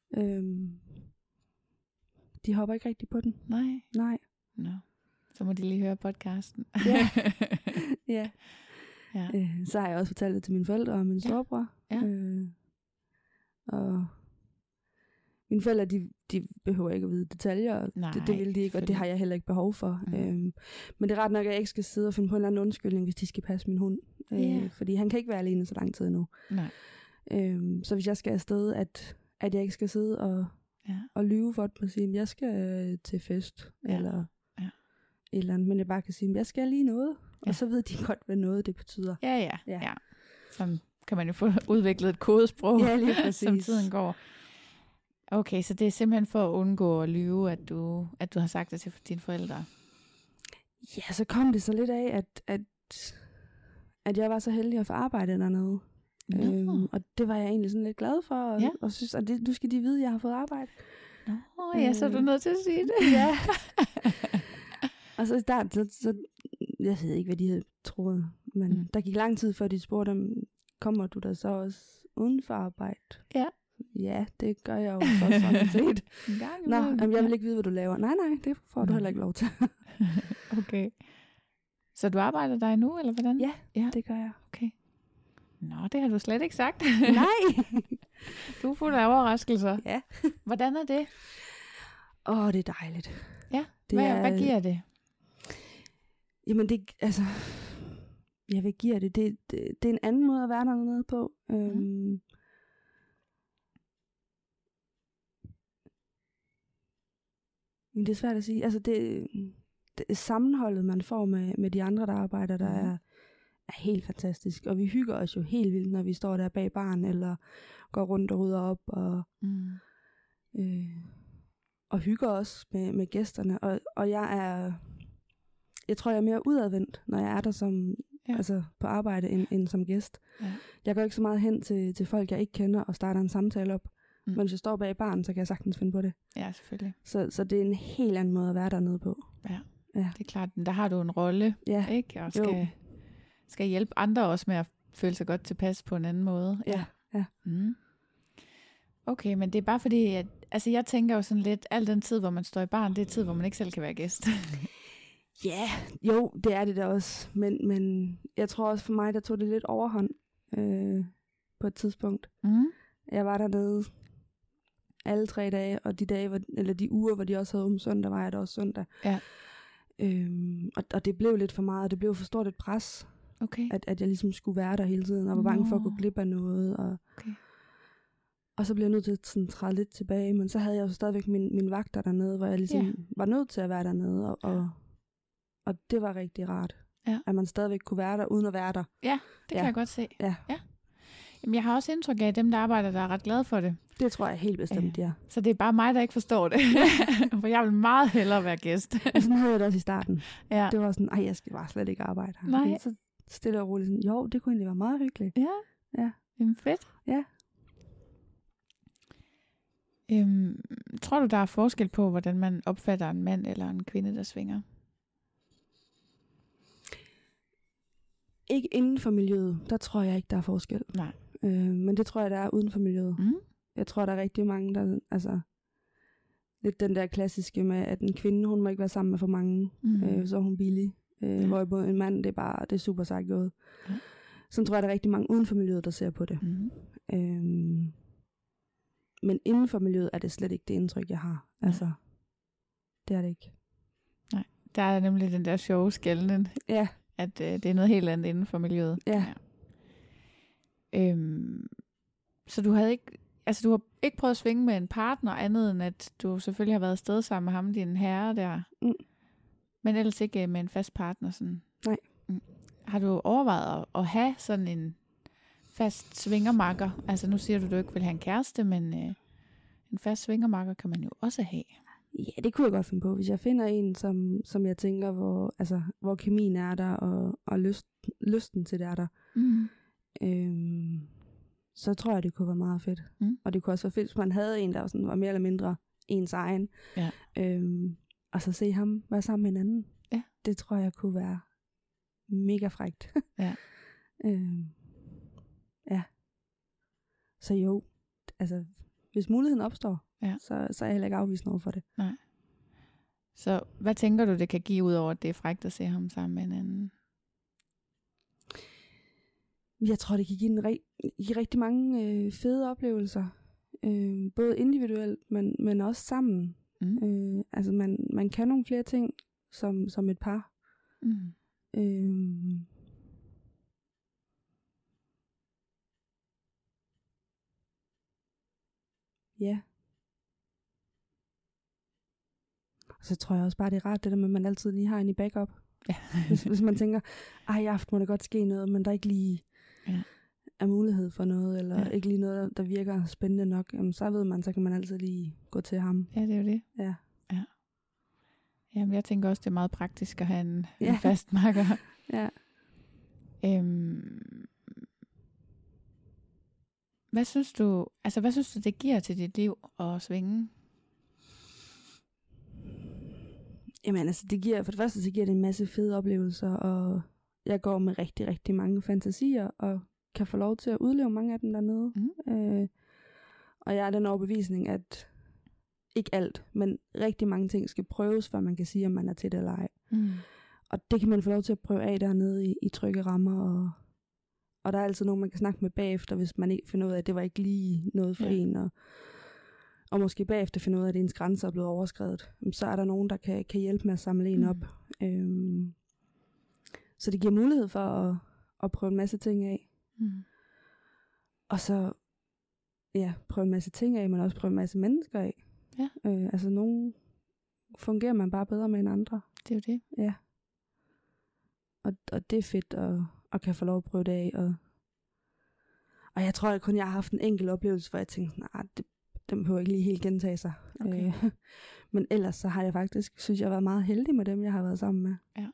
Speaker 2: De hopper ikke rigtig på den. Nej. Nå. Så må de lige høre podcasten. Ja. Så har jeg også fortalt det til mine forældre og min storebror. Ja. Og
Speaker 3: Mine forældre, de behøver ikke at vide detaljer.
Speaker 2: Nej,
Speaker 3: det vil de ikke, og det har jeg heller ikke behov for. Men det er ret nok, at jeg ikke skal sidde og finde på en eller anden undskyldning, hvis de skal passe min hund. Fordi han kan ikke være alene så lang tid nu.
Speaker 2: Nej.
Speaker 3: Så hvis jeg skal afsted, at jeg ikke skal sidde og lyve for dem og sige, at jeg skal til fest, eller et eller andet, men jeg bare kan sige, at jeg skal lige noget. Og så ved de godt, hvad noget det betyder.
Speaker 2: Ja. Sådan kan man jo få udviklet et kodesprog, som tiden går. Okay, så det er simpelthen for at undgå at lyve, at du har sagt det til dine forældre?
Speaker 3: Ja, så kom det så lidt af, at jeg var så heldig at få arbejde dernede. Og det var jeg egentlig sådan lidt glad for, og synes, at nu skal de vide, at jeg har fået arbejde.
Speaker 2: Så er du nødt til at sige det.
Speaker 3: Ja. Og så i starten, så jeg ved ikke, hvad de havde troet, men der gik lang tid, før de spurgte dem, kommer du der så også uden for arbejde?
Speaker 2: Ja.
Speaker 3: Ja, det gør jeg jo så sådan set. Jeg vil ikke vide, hvad du laver. Nej, det får du heller ikke lov til.
Speaker 2: Okay. Så du arbejder der endnu, eller hvordan?
Speaker 3: Ja, det gør jeg.
Speaker 2: Okay. Nå, det har du slet ikke sagt.
Speaker 3: Nej.
Speaker 2: Du er fuld af overraskelser.
Speaker 3: Ja.
Speaker 2: Hvordan er det?
Speaker 3: Det er dejligt.
Speaker 2: Ja, hvad giver det?
Speaker 3: Jamen hvad giver det? Det er en anden måde at være dernede på. Det er svært at sige. Altså det sammenholdet, man får med de andre, der arbejder, der er helt fantastisk. Og vi hygger os jo helt vildt, når vi står der bag baren, eller går rundt og rydder op, og hygger os med gæsterne. Og jeg tror, jeg er mere udadvendt, når jeg er der som altså på arbejde, end som gæst. Ja. Jeg går ikke så meget hen til folk, jeg ikke kender, og starter en samtale op. Men hvis jeg står bag baren, så kan jeg sagtens finde på det.
Speaker 2: Ja, selvfølgelig.
Speaker 3: Så det er en helt anden måde at være dernede på.
Speaker 2: Ja, det er klart. Men der har du en rolle, ikke? Og skal hjælpe andre også med at føle sig godt tilpas på en anden måde.
Speaker 3: Ja.
Speaker 2: Okay, men det er bare fordi, at jeg tænker jo sådan lidt, al den tid, hvor man står i baren, det er tid, hvor man ikke selv kan være gæst.
Speaker 3: Ja, jo, det er det da også. Men jeg tror også for mig, der tog det lidt overhånd på et tidspunkt. Jeg var dernede alle 3 dage, og de uger, hvor de også havde søndag, var jeg der også søndag. Ja. Og det blev lidt for meget, og det blev for stort et pres. Okay. At jeg ligesom skulle være der hele tiden, og var bange for at gå glip af noget. Og så blev jeg nødt til at sådan træde lidt tilbage, men så havde jeg jo stadigvæk min vagter dernede, hvor jeg ligesom var nødt til at være dernede, og det var rigtig rart. Ja. At man stadigvæk kunne være der, uden at være der.
Speaker 2: Ja, det kan jeg godt se. Ja. Jamen, jeg har også indtryk af, at dem, der arbejder, der er ret glade for det.
Speaker 3: Det tror jeg helt bestemt, ja.
Speaker 2: Så det er bare mig, der ikke forstår det. For jeg vil meget hellere være gæst.
Speaker 3: Sådan havde jeg det også i starten. Ja. Det var sådan, jeg skal bare slet ikke arbejde her. Nej. Så stille og roligt sådan, jo, det kunne egentlig være meget hyggeligt.
Speaker 2: Ja. Jamen fedt.
Speaker 3: Ja.
Speaker 2: Tror du, der er forskel på, hvordan man opfatter en mand eller en kvinde, der svinger?
Speaker 3: Ikke inden for miljøet. Der tror jeg ikke, der er forskel.
Speaker 2: Nej.
Speaker 3: Men det tror jeg, der er uden for miljøet. Jeg tror, der er rigtig mange, der... Altså, lidt den der klassiske med, at en kvinde, hun må ikke være sammen med for mange. Så er hun billig. Hvorimod en mand, det er super sagt gået. Så tror jeg, der er rigtig mange uden for miljøet, der ser på det. Men inden for miljøet er det slet ikke det indtryk, jeg har. Altså, det er det ikke.
Speaker 2: Nej, der er nemlig den der sjove skelnen. Ja. At det er noget helt andet inden for miljøet. Ja. Så du har ikke prøvet at svinge med en partner, andet end at du selvfølgelig har været afsted sammen med ham, din herre der. Men ellers ikke med en fast partner sådan.
Speaker 3: Nej.
Speaker 2: Har du overvejet at have sådan en fast svingermakker? Altså nu siger du ikke vil have en kæreste, men en fast svingermakker kan man jo også have.
Speaker 3: Ja, det kunne jeg godt finde på. Hvis jeg finder en, som jeg tænker, hvor kemien er der, og lysten til det er der, så tror jeg, det kunne være meget fedt. Og det kunne også være fedt, hvis man havde en, der var mere eller mindre ens egen. Ja. Og så se ham være sammen med en anden. Ja. Det tror jeg kunne være mega frækt. Ja. Ja. Så jo, altså hvis muligheden opstår, så er jeg heller ikke afvist over for det. Nej.
Speaker 2: Så hvad tænker du, det kan give ud over, at det er frækt at se ham sammen med en anden?
Speaker 3: Jeg tror, det kan give rigtig mange fede oplevelser. Både individuelt, men også sammen. Altså man kan nogle flere ting som et par. Ja. Og så tror jeg også bare, det er rart, det der med, at man altid lige har en i backup.
Speaker 2: Ja.
Speaker 3: hvis man tænker, i aften må der godt ske noget, men der ikke lige er mulighed for noget, eller ikke lige noget, der virker spændende nok, jamen, så ved man, så kan man altid lige gå til ham.
Speaker 2: Ja, det er jo det.
Speaker 3: Ja.
Speaker 2: Jamen, jeg tænker også, det er meget praktisk at have en fast makker.
Speaker 3: Ja.
Speaker 2: Hvad synes du, det giver til dit liv at svinge?
Speaker 3: Jamen altså, for det første, så giver det en masse fede oplevelser, og jeg går med rigtig, rigtig mange fantasier, og kan få lov til at udleve mange af dem dernede. Og jeg er den overbevisning, at ikke alt, men rigtig mange ting skal prøves, før man kan sige, om man er til det eller ej. Og det kan man få lov til at prøve af dernede i trygge rammer, og der er altid nogen, man kan snakke med bagefter, hvis man ikke finder ud af, at det var ikke lige noget for en, og måske bagefter finde ud af, at ens grænser er blevet overskredet. Så er der nogen, der kan hjælpe med at samle en op. Så det giver mulighed for at prøve en masse ting af. Og så prøve en masse ting af, men også prøve en masse mennesker af.
Speaker 2: Ja.
Speaker 3: Altså nogle fungerer man bare bedre med end andre.
Speaker 2: Det er jo det.
Speaker 3: Ja. Og det er fedt at kan få lov at prøve det af. Og jeg tror, at kun jeg har haft en enkelt oplevelse, hvor jeg tænkte, den behøver ikke lige helt gentage sig.
Speaker 2: Okay.
Speaker 3: Men ellers så har jeg faktisk, synes jeg har været meget heldig med dem, jeg har været sammen med.
Speaker 2: Ja.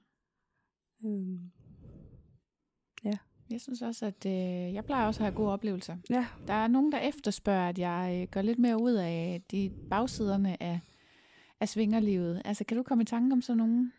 Speaker 3: Ja.
Speaker 2: Jeg synes også, at jeg plejer også at have gode oplevelser.
Speaker 3: Ja.
Speaker 2: Der er nogen, der efterspørger, at jeg gør lidt mere ud af de bagsiderne af svingerlivet. Altså, kan du komme i tanke om sådan nogen?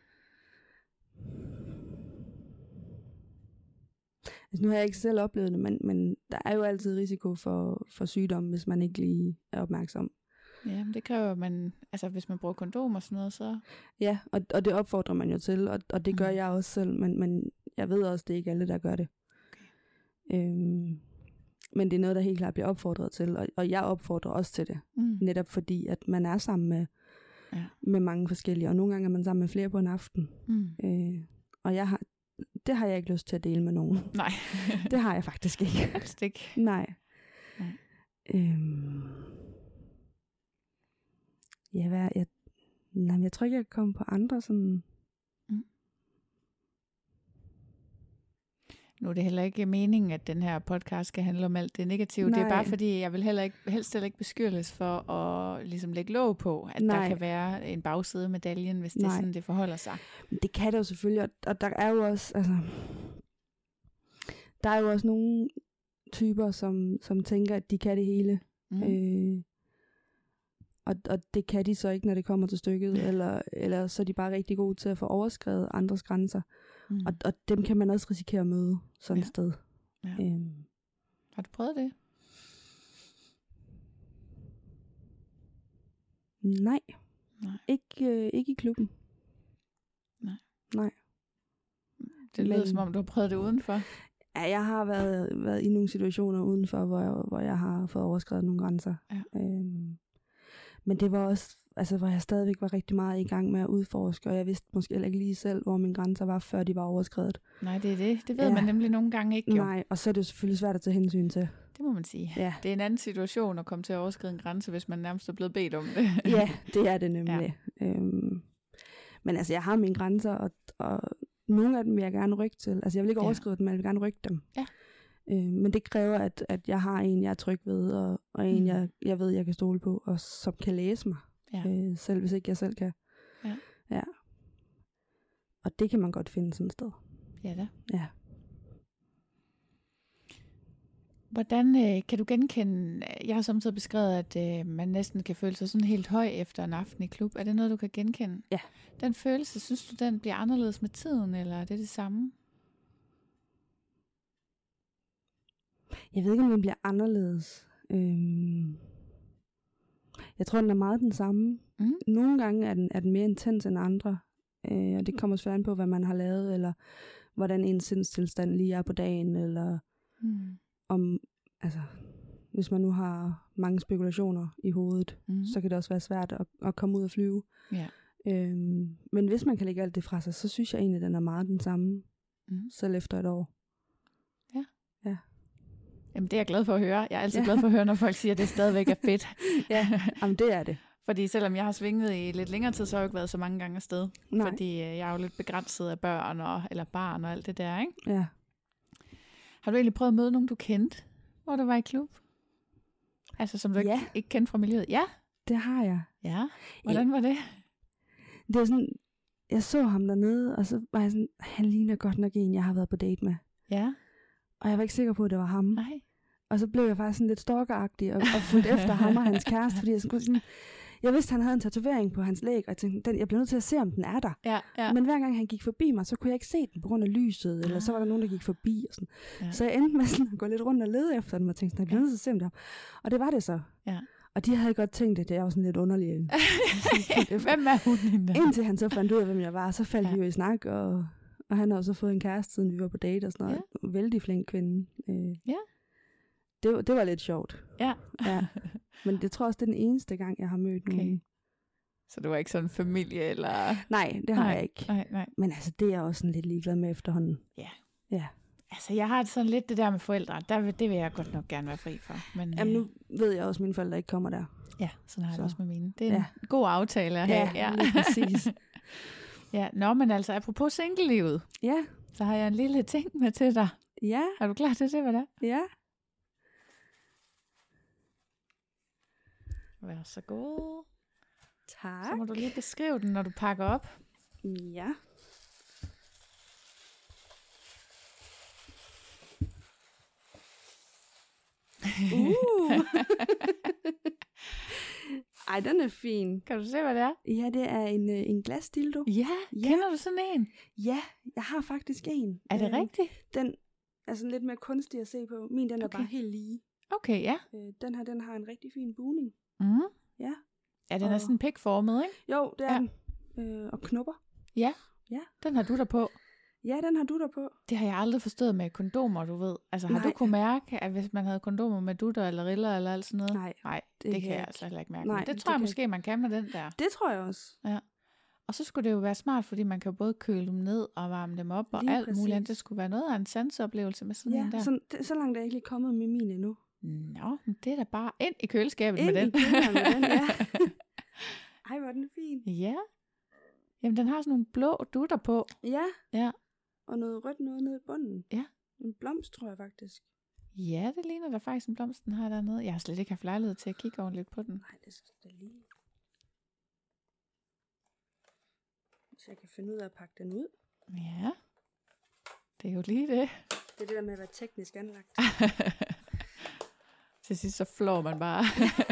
Speaker 3: Altså, nu har jeg ikke selv oplevet det, men der er jo altid risiko for sygdom, hvis man ikke lige er opmærksom.
Speaker 2: Ja, men det kræver man, altså hvis man bruger kondom og sådan noget, så... Ja,
Speaker 3: og det opfordrer man jo til, og det gør jeg også selv, men jeg ved også, det er ikke alle, der gør det. Okay. Men det er noget, der helt klart bliver opfordret til, og jeg opfordrer også til det. Netop fordi, at man er sammen med mange forskellige, og nogle gange er man sammen med flere på en aften. Og det har jeg ikke lyst til at dele med nogen. Nej. Det har jeg faktisk ikke.
Speaker 2: Helst ikke.
Speaker 3: Nej. Jeg tror ikke, jeg kan komme på andre sådan...
Speaker 2: Nu er det heller ikke meningen, at den her podcast skal handle om alt det negative. Nej. Det er bare fordi, jeg vil helst heller ikke beskyldes for at ligesom lægge låg på, at der kan være en bagside af medaljen, hvis det er sådan, det forholder sig.
Speaker 3: Det kan det jo selvfølgelig, og der er jo også, altså, der er jo også nogle typer, som tænker, at de kan det hele. Og det kan de så ikke, når det kommer til stykket, eller så er de bare rigtig gode til at få overskredet andres grænser. Og dem kan man også risikere at møde sådan et sted. Ja.
Speaker 2: Har du prøvet det?
Speaker 3: Nej. Ikke i klubben. Nej.
Speaker 2: Det lyder som om, du har prøvet det udenfor.
Speaker 3: Ja, jeg har været i nogle situationer udenfor, hvor jeg har fået overskredet nogle grænser. Ja. Men det var også, altså, hvor jeg stadigvæk var rigtig meget i gang med at udforske, og jeg vidste måske heller ikke lige selv, hvor mine grænser var, før de var overskredet. Nej, det er det. Det ved man nemlig nogle gange ikke, jo. Nej, og så er det jo selvfølgelig svært at tage hensyn til. Det må man sige. Ja. Det er en anden situation at komme til at overskride en grænse, hvis man nærmest er blevet bedt om det. Ja, det er det nemlig. Ja. Men altså, jeg har mine grænser, og nogle af dem vil jeg gerne rykke til. Altså, jeg vil ikke overskride dem, men jeg vil gerne rykke dem. Ja. Men det kræver, at jeg har en, jeg er tryg ved, og en, jeg ved, jeg kan stole på, og som kan læse mig, selv hvis ikke jeg selv kan. Ja. Og det kan man godt finde sådan et sted. Ja da. Ja. Hvordan kan du genkende, jeg har samtidig beskrevet, at man næsten kan føle sig sådan helt høj efter en aften i klub. Er det noget, du kan genkende? Ja. Den følelse, synes du, den bliver anderledes med tiden, eller er det det samme? Jeg ved ikke, om den bliver anderledes. Jeg tror, den er meget den samme. Nogle gange er den mere intens end andre. Og det kommer svært an på, hvad man har lavet, eller hvordan ens sindstilstand lige er på dagen, eller om, altså, hvis man nu har mange spekulationer i hovedet, så kan det også være svært at komme ud og flyve.
Speaker 2: Ja.
Speaker 3: Men hvis man kan lægge alt det fra sig, så synes jeg egentlig, den er meget den samme, selv efter et år.
Speaker 2: Ja.
Speaker 3: Ja.
Speaker 2: Jamen, det er jeg glad for at høre. Jeg er altid glad for at høre, når folk siger, at det stadigvæk er fedt.
Speaker 3: Ja, jamen det er det.
Speaker 2: Fordi selvom jeg har svinget i lidt længere tid, så har jeg jo ikke været så mange gange afsted.
Speaker 3: Nej.
Speaker 2: Fordi jeg er jo lidt begrænset af barn og alt det der, ikke?
Speaker 3: Ja.
Speaker 2: Har du egentlig prøvet at møde nogen, du kendte, hvor du var i klub? Altså, som du ikke kendte fra miljøet? Ja.
Speaker 3: Det har jeg.
Speaker 2: Ja. Hvordan var det?
Speaker 3: Det var sådan, jeg så ham dernede, og så var jeg sådan, han ligner godt nok en, jeg har været på date med.
Speaker 2: Ja.
Speaker 3: Og jeg var ikke sikker på, at det var ham.
Speaker 2: Nej.
Speaker 3: Og så blev jeg faktisk sådan lidt stalkeragtig og fulgte efter ham og hans kæreste, fordi jeg vidste, han havde en tatovering på hans læg, og jeg tænkte, jeg blev nødt til at se, om den er der.
Speaker 2: Ja.
Speaker 3: Men hver gang han gik forbi mig, så kunne jeg ikke se den på grund af lyset, eller så var der nogen, der gik forbi. Og sådan. Ja. Så jeg endte med sådan at gå lidt rundt og lede efter den, og tænkte, jeg bliver nødt til at se, om det er. Og det var det så. Ja. Og de havde godt tænkt, at jeg var sådan lidt underlig.
Speaker 2: Hvem er hun hende?
Speaker 3: Indtil han så fandt ud af, hvem jeg var, så faldt vi jo i snak, og han har også fået en kæreste, siden vi var på date og sådan noget. Ja. Vældig flink kvinde.
Speaker 2: Ja.
Speaker 3: Det var lidt sjovt.
Speaker 2: Ja.
Speaker 3: Men det tror jeg også, det er den eneste gang, jeg har mødt nogen.
Speaker 2: Så du var ikke sådan en familie, eller?
Speaker 3: Nej, det har jeg ikke.
Speaker 2: Nej.
Speaker 3: Men altså, det er jeg også sådan lidt ligeglad med efterhånden. Ja.
Speaker 2: Altså, jeg har sådan lidt det der med forældre. Det vil jeg godt nok gerne være fri for. Men,
Speaker 3: jamen, nu ved jeg også, at mine forældre ikke kommer der.
Speaker 2: Ja, sådan har jeg også med mine. Det er en god aftale at have.
Speaker 3: Ja, lige præcis.
Speaker 2: Ja, men altså, apropos single-livet.
Speaker 3: Ja.
Speaker 2: Så har jeg en lille ting med til dig.
Speaker 3: Ja.
Speaker 2: Er du klar til at se, hvad det er?
Speaker 3: Ja.
Speaker 2: Vær så god.
Speaker 3: Tak.
Speaker 2: Så må du lige beskrive den, når du pakker op.
Speaker 3: Ja. Ej, den er fin.
Speaker 2: Kan du se, hvad det er?
Speaker 3: Ja, det er en glasdildo.
Speaker 2: Ja, kender du sådan en?
Speaker 3: Ja, jeg har faktisk en.
Speaker 2: Er det rigtigt?
Speaker 3: Den er sådan lidt mere kunstig at se på. Min, den er bare helt lige.
Speaker 2: Okay, ja.
Speaker 3: Den her, den har en rigtig fin bugning. Ja.
Speaker 2: Ja, den er sådan pikformet, ikke?
Speaker 3: Jo, det er den. Og knupper.
Speaker 2: Ja, den har du der på.
Speaker 3: Ja, den har du der på.
Speaker 2: Det har jeg aldrig forstået med kondomer, du ved. Altså, har du kunne mærke, at hvis man havde kondomer med dutter eller riller eller alt sådan noget? Nej, det kan jeg altså heller ikke mærke. Nej, det tror jeg måske, man kan med den der.
Speaker 3: Det tror jeg også.
Speaker 2: Ja. Og så skulle det jo være smart, fordi man kan både køle dem ned og varme dem op og alt muligt andet. Det skulle være noget af en sanseoplevelse med sådan en der.
Speaker 3: Så langt er jeg ikke lige kommet med min endnu.
Speaker 2: Nå, men det er da bare ind i køleskabet med den.
Speaker 3: Ind i køleskabet med den, ja. Ej, hvor er den fin.
Speaker 2: Ja. Jamen, den har sådan nogle blå dutter på.
Speaker 3: Ja. Og noget rødt noget nede i bunden.
Speaker 2: Ja.
Speaker 3: En blomst, tror jeg faktisk.
Speaker 2: Ja, det ligner da faktisk en blomst, den har dernede. Jeg har slet ikke haft lejlighed til at kigge ordentligt på den.
Speaker 3: Nej, det skal da lige. Så jeg kan finde ud af at pakke den ud.
Speaker 2: Ja. Det er jo lige det.
Speaker 3: Det er det der med at være teknisk anlagt.
Speaker 2: Til sidst så flår man bare.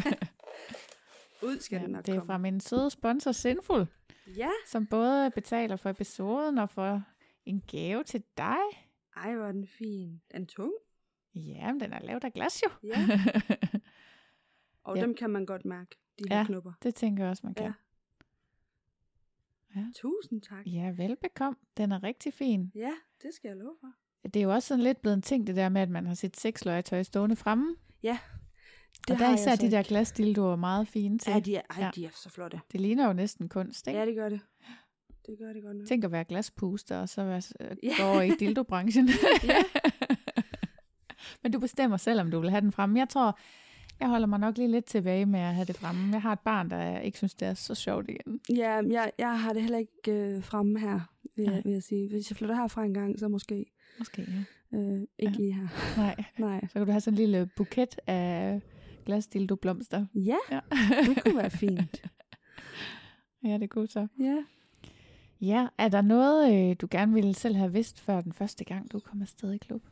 Speaker 3: Ud skal den nok
Speaker 2: det er fra min søde sponsor Sinful.
Speaker 3: Ja.
Speaker 2: Som både betaler for episoden og for en gave til dig.
Speaker 3: Ej, hvor er den fin. Den tung.
Speaker 2: Ja, men den er lavet af glas jo.
Speaker 3: Ja. Og dem kan man godt mærke, de her knupper.
Speaker 2: Det tænker jeg også, man kan.
Speaker 3: Ja. Tusind tak.
Speaker 2: Ja, velbekomme. Den er rigtig fin.
Speaker 3: Ja, det skal jeg love for.
Speaker 2: Det er jo også sådan lidt blevet en ting, det der med, at man har sit sexlegetøj stående fremme.
Speaker 3: Ja.
Speaker 2: Og der er især de der glasdildoer meget fine til.
Speaker 3: Ja, de er så flotte.
Speaker 2: Det ligner jo næsten kunst, ikke?
Speaker 3: Ja, det gør det. Det gør det godt nok.
Speaker 2: Tænk at være glaspuster, og så gå over i dildobranchen.
Speaker 3: Ja.
Speaker 2: Men du bestemmer selv, om du vil have den fremme. Jeg tror, jeg holder mig nok lige lidt tilbage med at have det fremme. Jeg har et barn, der ikke synes, det er så sjovt igen.
Speaker 3: Ja, jeg har det heller ikke fremme her, vil jeg sige. Hvis jeg flytter herfra en gang, så måske.
Speaker 2: Måske, ja.
Speaker 3: Ikke lige her.
Speaker 2: Nej. Så kan du have sådan en lille buket af glasdildo-blomster.
Speaker 3: Ja, det kunne være fint.
Speaker 2: Ja, det kunne så.
Speaker 3: Ja.
Speaker 2: Ja, er der noget, du gerne ville selv have vidst før den første gang, du kom afsted i klub?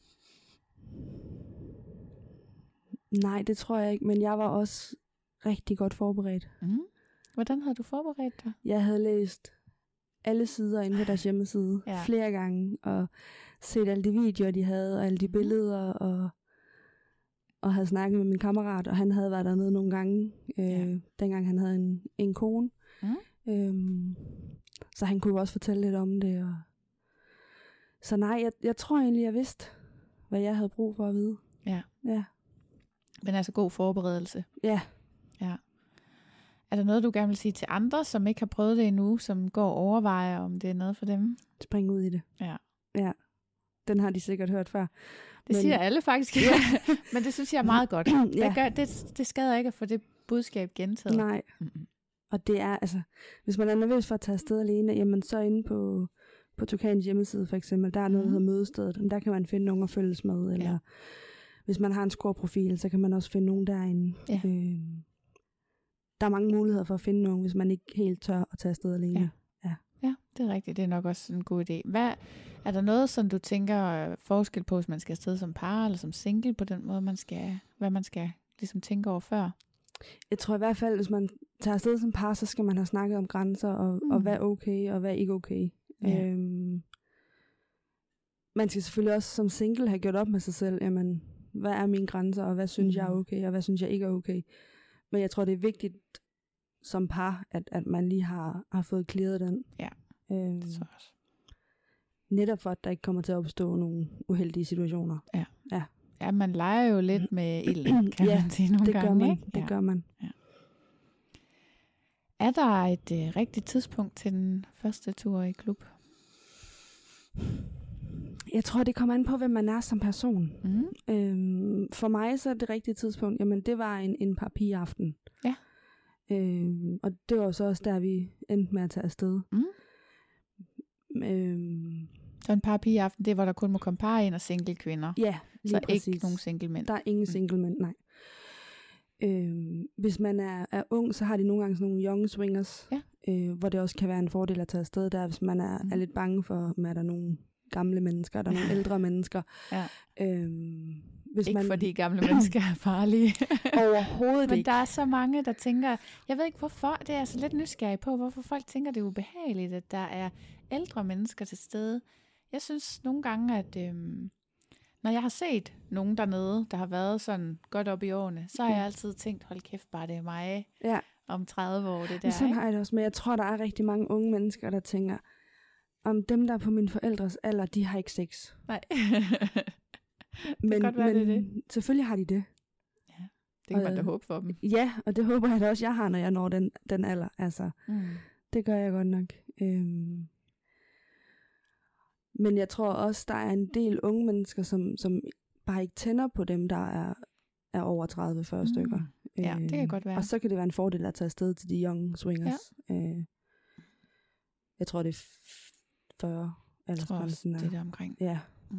Speaker 3: Nej, det tror jeg ikke, men jeg var også rigtig godt forberedt.
Speaker 2: Hvordan havde du forberedt dig?
Speaker 3: Jeg havde læst alle sider inde på deres hjemmeside flere gange, og set alle de videoer, de havde, og alle de billeder, og havde snakket med min kammerat, og han havde været dernede nogle gange, dengang han havde en kone. Så han kunne også fortælle lidt om det. Så nej, jeg tror egentlig, jeg vidste, hvad jeg havde brug for at vide.
Speaker 2: Ja. Men altså god forberedelse.
Speaker 3: Ja.
Speaker 2: Ja. Er der noget, du gerne vil sige til andre, som ikke har prøvet det endnu, som går og overvejer, om det er noget for dem?
Speaker 3: Spring ud i det.
Speaker 2: Ja.
Speaker 3: Ja. Den har de sikkert hørt før.
Speaker 2: Det siger alle faktisk.
Speaker 3: Ja.
Speaker 2: Men det synes jeg er meget godt.
Speaker 3: Ja.
Speaker 2: Det skader ikke at få det budskab gentaget.
Speaker 3: Nej. Og det er, altså, hvis man er nervøs for at tage afsted alene, jamen så inde på Tukans hjemmeside for eksempel, der er noget, der hedder Mødestedet. Der kan man finde nogen at følges med, eller hvis man har en scoreprofil, så kan man også finde nogen derinde.
Speaker 2: Ja.
Speaker 3: Der er mange muligheder for at finde nogen, hvis man ikke helt tør at tage afsted alene.
Speaker 2: Ja, det er rigtigt. Det er nok også en god idé. Er der noget, som du tænker forskel på, hvis man skal afsted som par eller som single på den måde, hvad man skal ligesom tænke over før?
Speaker 3: Jeg tror i hvert fald, hvis man tager afsted som par, så skal man have snakket om grænser, og hvad er okay, og hvad er ikke okay.
Speaker 2: Ja.
Speaker 3: Man skal selvfølgelig også som single have gjort op med sig selv, jamen, hvad er mine grænser, og hvad synes jeg er okay, og hvad synes jeg ikke er okay. Men jeg tror, det er vigtigt som par, at man lige har fået clearet den.
Speaker 2: Ja, det tror jeg også.
Speaker 3: Netop for, at der ikke kommer til at opstå nogle uheldige situationer.
Speaker 2: Ja, man leger jo lidt med ilden, kan man sige nogle gange.
Speaker 3: Det gør man.
Speaker 2: Ja. Er der et rigtigt tidspunkt til den første tur i klub?
Speaker 3: Jeg tror, det kommer an på, hvem man er som person. For mig så er det rigtige tidspunkt, jamen det var en paraplyaften.
Speaker 2: Ja.
Speaker 3: Og det var så også der, vi endte med at tage afsted.
Speaker 2: Så en paraplyaften, det var der kun må komme par ind og single kvinder.
Speaker 3: Ja, lige
Speaker 2: så
Speaker 3: præcis.
Speaker 2: Ikke nogen single mænd.
Speaker 3: Der er ingen single mænd, nej. Hvis man er ung, så har de nogle gange sådan nogle young swingers, hvor det også kan være en fordel at tage afsted der, hvis man er lidt bange for, om er der nogle gamle mennesker, er der nogle ældre mennesker.
Speaker 2: Ja.
Speaker 3: Hvis
Speaker 2: ikke fordi gamle mennesker er farlige.
Speaker 3: Overhovedet
Speaker 2: Men
Speaker 3: ikke.
Speaker 2: der er så mange, der tænker, jeg ved ikke hvorfor, det er altså lidt nysgerrig på, hvorfor folk tænker, det er ubehageligt, at der er ældre mennesker til stede. Jeg synes nogle gange, at når jeg har set nogen dernede, der har været sådan godt op i årene, så har jeg altid tænkt, hold kæft, bare det er mig om 30 år, det der.
Speaker 3: Sådan har jeg det også, men jeg tror, der er rigtig mange unge mennesker, der tænker, om dem, der er på mine forældres alder, de har ikke sex.
Speaker 2: Nej.
Speaker 3: Men
Speaker 2: det.
Speaker 3: Selvfølgelig har de det.
Speaker 2: Ja, det kan man da håbe for dem.
Speaker 3: Ja, og det håber jeg da også, jeg har, når jeg når den alder. Altså, det gør jeg godt nok. Men jeg tror også, der er en del unge mennesker, som bare ikke tænder på dem, der er over 30-40 stykker.
Speaker 2: Ja, det kan godt være.
Speaker 3: Og så kan det være en fordel at tage afsted til de young swingers. Ja. Jeg tror, det er 40 aldersgrænsen.
Speaker 2: Det er der omkring.
Speaker 3: Ja.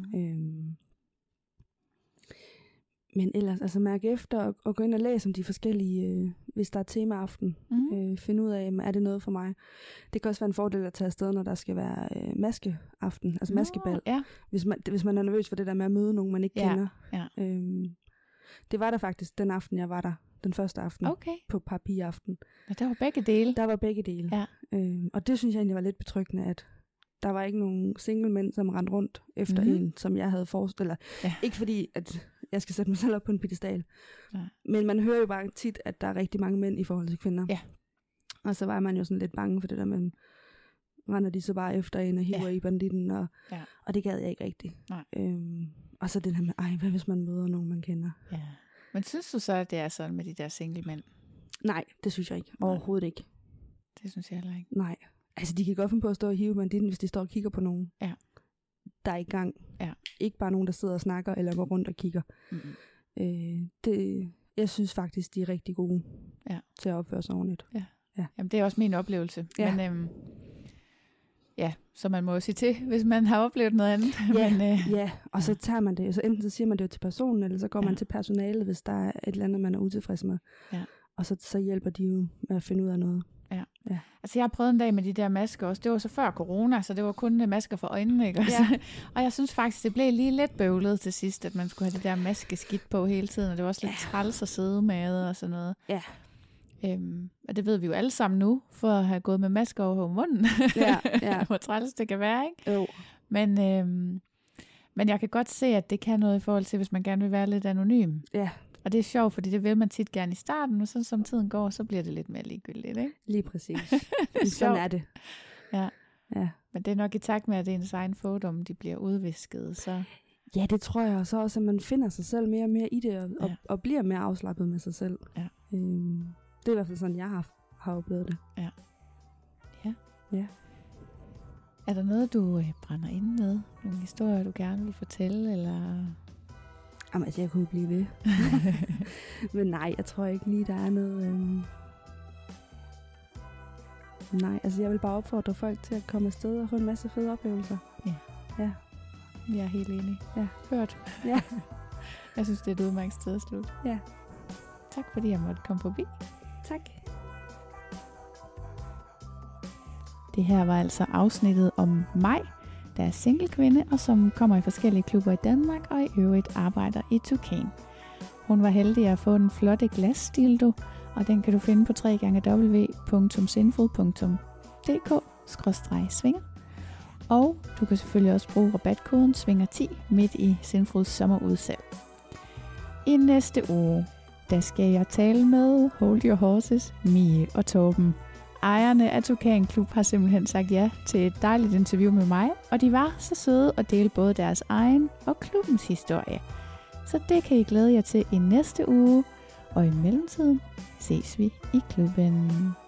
Speaker 3: Men ellers, altså mærke efter og gå ind og læse om de forskellige, hvis der er temaaften. Finde ud af, er det noget for mig. Det kan også være en fordel at tage afsted, når der skal være maskeaften, altså maskebal.
Speaker 2: Ja.
Speaker 3: Hvis man er nervøs for det der med at møde nogen, man ikke kender.
Speaker 2: Ja.
Speaker 3: Det var der faktisk den aften, jeg var der. Den første aften på paraplyaften.
Speaker 2: Og der var begge dele?
Speaker 3: Der var begge dele.
Speaker 2: Ja.
Speaker 3: Og det synes jeg egentlig var lidt betryggende, at der var ikke nogen single mænd, som rendte rundt efter en, som jeg havde forestillet. Ikke fordi, at jeg skal sætte mig selv op på en piedestal. Men man hører jo bare tit, at der er rigtig mange mænd i forhold til kvinder.
Speaker 2: Ja.
Speaker 3: Og så var man jo sådan lidt bange for det der, men render de så bare efter en og hiver i banditten, og det gad jeg ikke rigtigt. Og så det der med, hvad hvis man møder nogen, man kender?
Speaker 2: Ja. Men synes du så, at det er sådan med de der single mænd?
Speaker 3: Nej, det synes jeg ikke. Overhovedet ikke.
Speaker 2: Det synes jeg heller ikke.
Speaker 3: Nej. Altså, de kan godt finde på at stå og hive banditten, hvis de står og kigger på nogen.
Speaker 2: Ja.
Speaker 3: Der er i gang.
Speaker 2: Ja.
Speaker 3: Ikke bare nogen, der sidder og snakker, eller går rundt og kigger. Jeg synes faktisk, de er rigtig gode til at opføre sig ordentligt.
Speaker 2: Ja. Jamen, det er også min oplevelse. Ja. Men så man må jo sige til, hvis man har oplevet noget andet.
Speaker 3: Ja, og så tager man det. Så enten så siger man det jo til personen, eller så går man til personalet, hvis der er et eller andet, man er utilfreds med. Ja. Og så hjælper de jo med at finde ud af noget.
Speaker 2: Ja. Altså jeg har prøvet en dag med de der masker også. Det var så før corona, så det var kun masker for øjnene, ikke? Ja. Og jeg synes faktisk, det blev lige lidt bøvlet til sidst, at man skulle have det der maskeskidt på hele tiden, og det var også lidt træls at sidde med og sådan noget. Ja. Og det ved vi jo alle sammen nu, for at have gået med masker over munden. Ja. Hvor træls det kan være, ikke? Jo. Men jeg kan godt se, at det kan noget i forhold til, hvis man gerne vil være lidt anonym. Ja. Og det er sjovt, fordi det vil man tit gerne i starten, men så som tiden går, så bliver det lidt mere ligegyldigt, ikke?
Speaker 3: Lige præcis. Sådan er det.
Speaker 2: Ja. Men det er nok i takt med, at ens egen fordomme, de bliver udvisket, så...
Speaker 3: Ja, det tror jeg. Og så også, at man finder sig selv mere og mere i det, og bliver mere afslappet med sig selv.
Speaker 2: Ja.
Speaker 3: Det er i hvert fald sådan, jeg har oplevet det.
Speaker 2: Ja.
Speaker 3: Ja.
Speaker 2: Er der noget, du brænder inde med? Nogle historier, du gerne vil fortælle, eller...
Speaker 3: Jamen, altså, jeg kunne blive ved. Men nej, jeg tror ikke lige, der er noget... Nej, altså jeg vil bare opfordre folk til at komme afsted og få en masse fede oplevelser.
Speaker 2: Ja.
Speaker 3: Ja.
Speaker 2: Jeg er helt enig.
Speaker 3: Ja.
Speaker 2: Hørt.
Speaker 3: Ja.
Speaker 2: Jeg synes, det er et udmærket sted at slutte.
Speaker 3: Ja.
Speaker 2: Tak fordi jeg måtte komme forbi.
Speaker 3: Tak.
Speaker 2: Det her var altså afsnittet om mig, der er single kvinde, og som kommer i forskellige klubber i Danmark, og i øvrigt arbejder i Tukan. Hun var heldig at få en flotte glasdildo, og den kan du finde på www.sinful.dk/svinger. Og du kan selvfølgelig også bruge rabatkoden SVINGER10 midt i Sinfuls sommerudsalg. I næste uge, der skal jeg tale med Hold Your Horses, Mie og Torben. Ejerne af Tukan Klub har simpelthen sagt ja til et dejligt interview med mig, og de var så søde at dele både deres egen og klubbens historie. Så det kan I glæde jer til i næste uge, og i mellemtiden ses vi i klubben.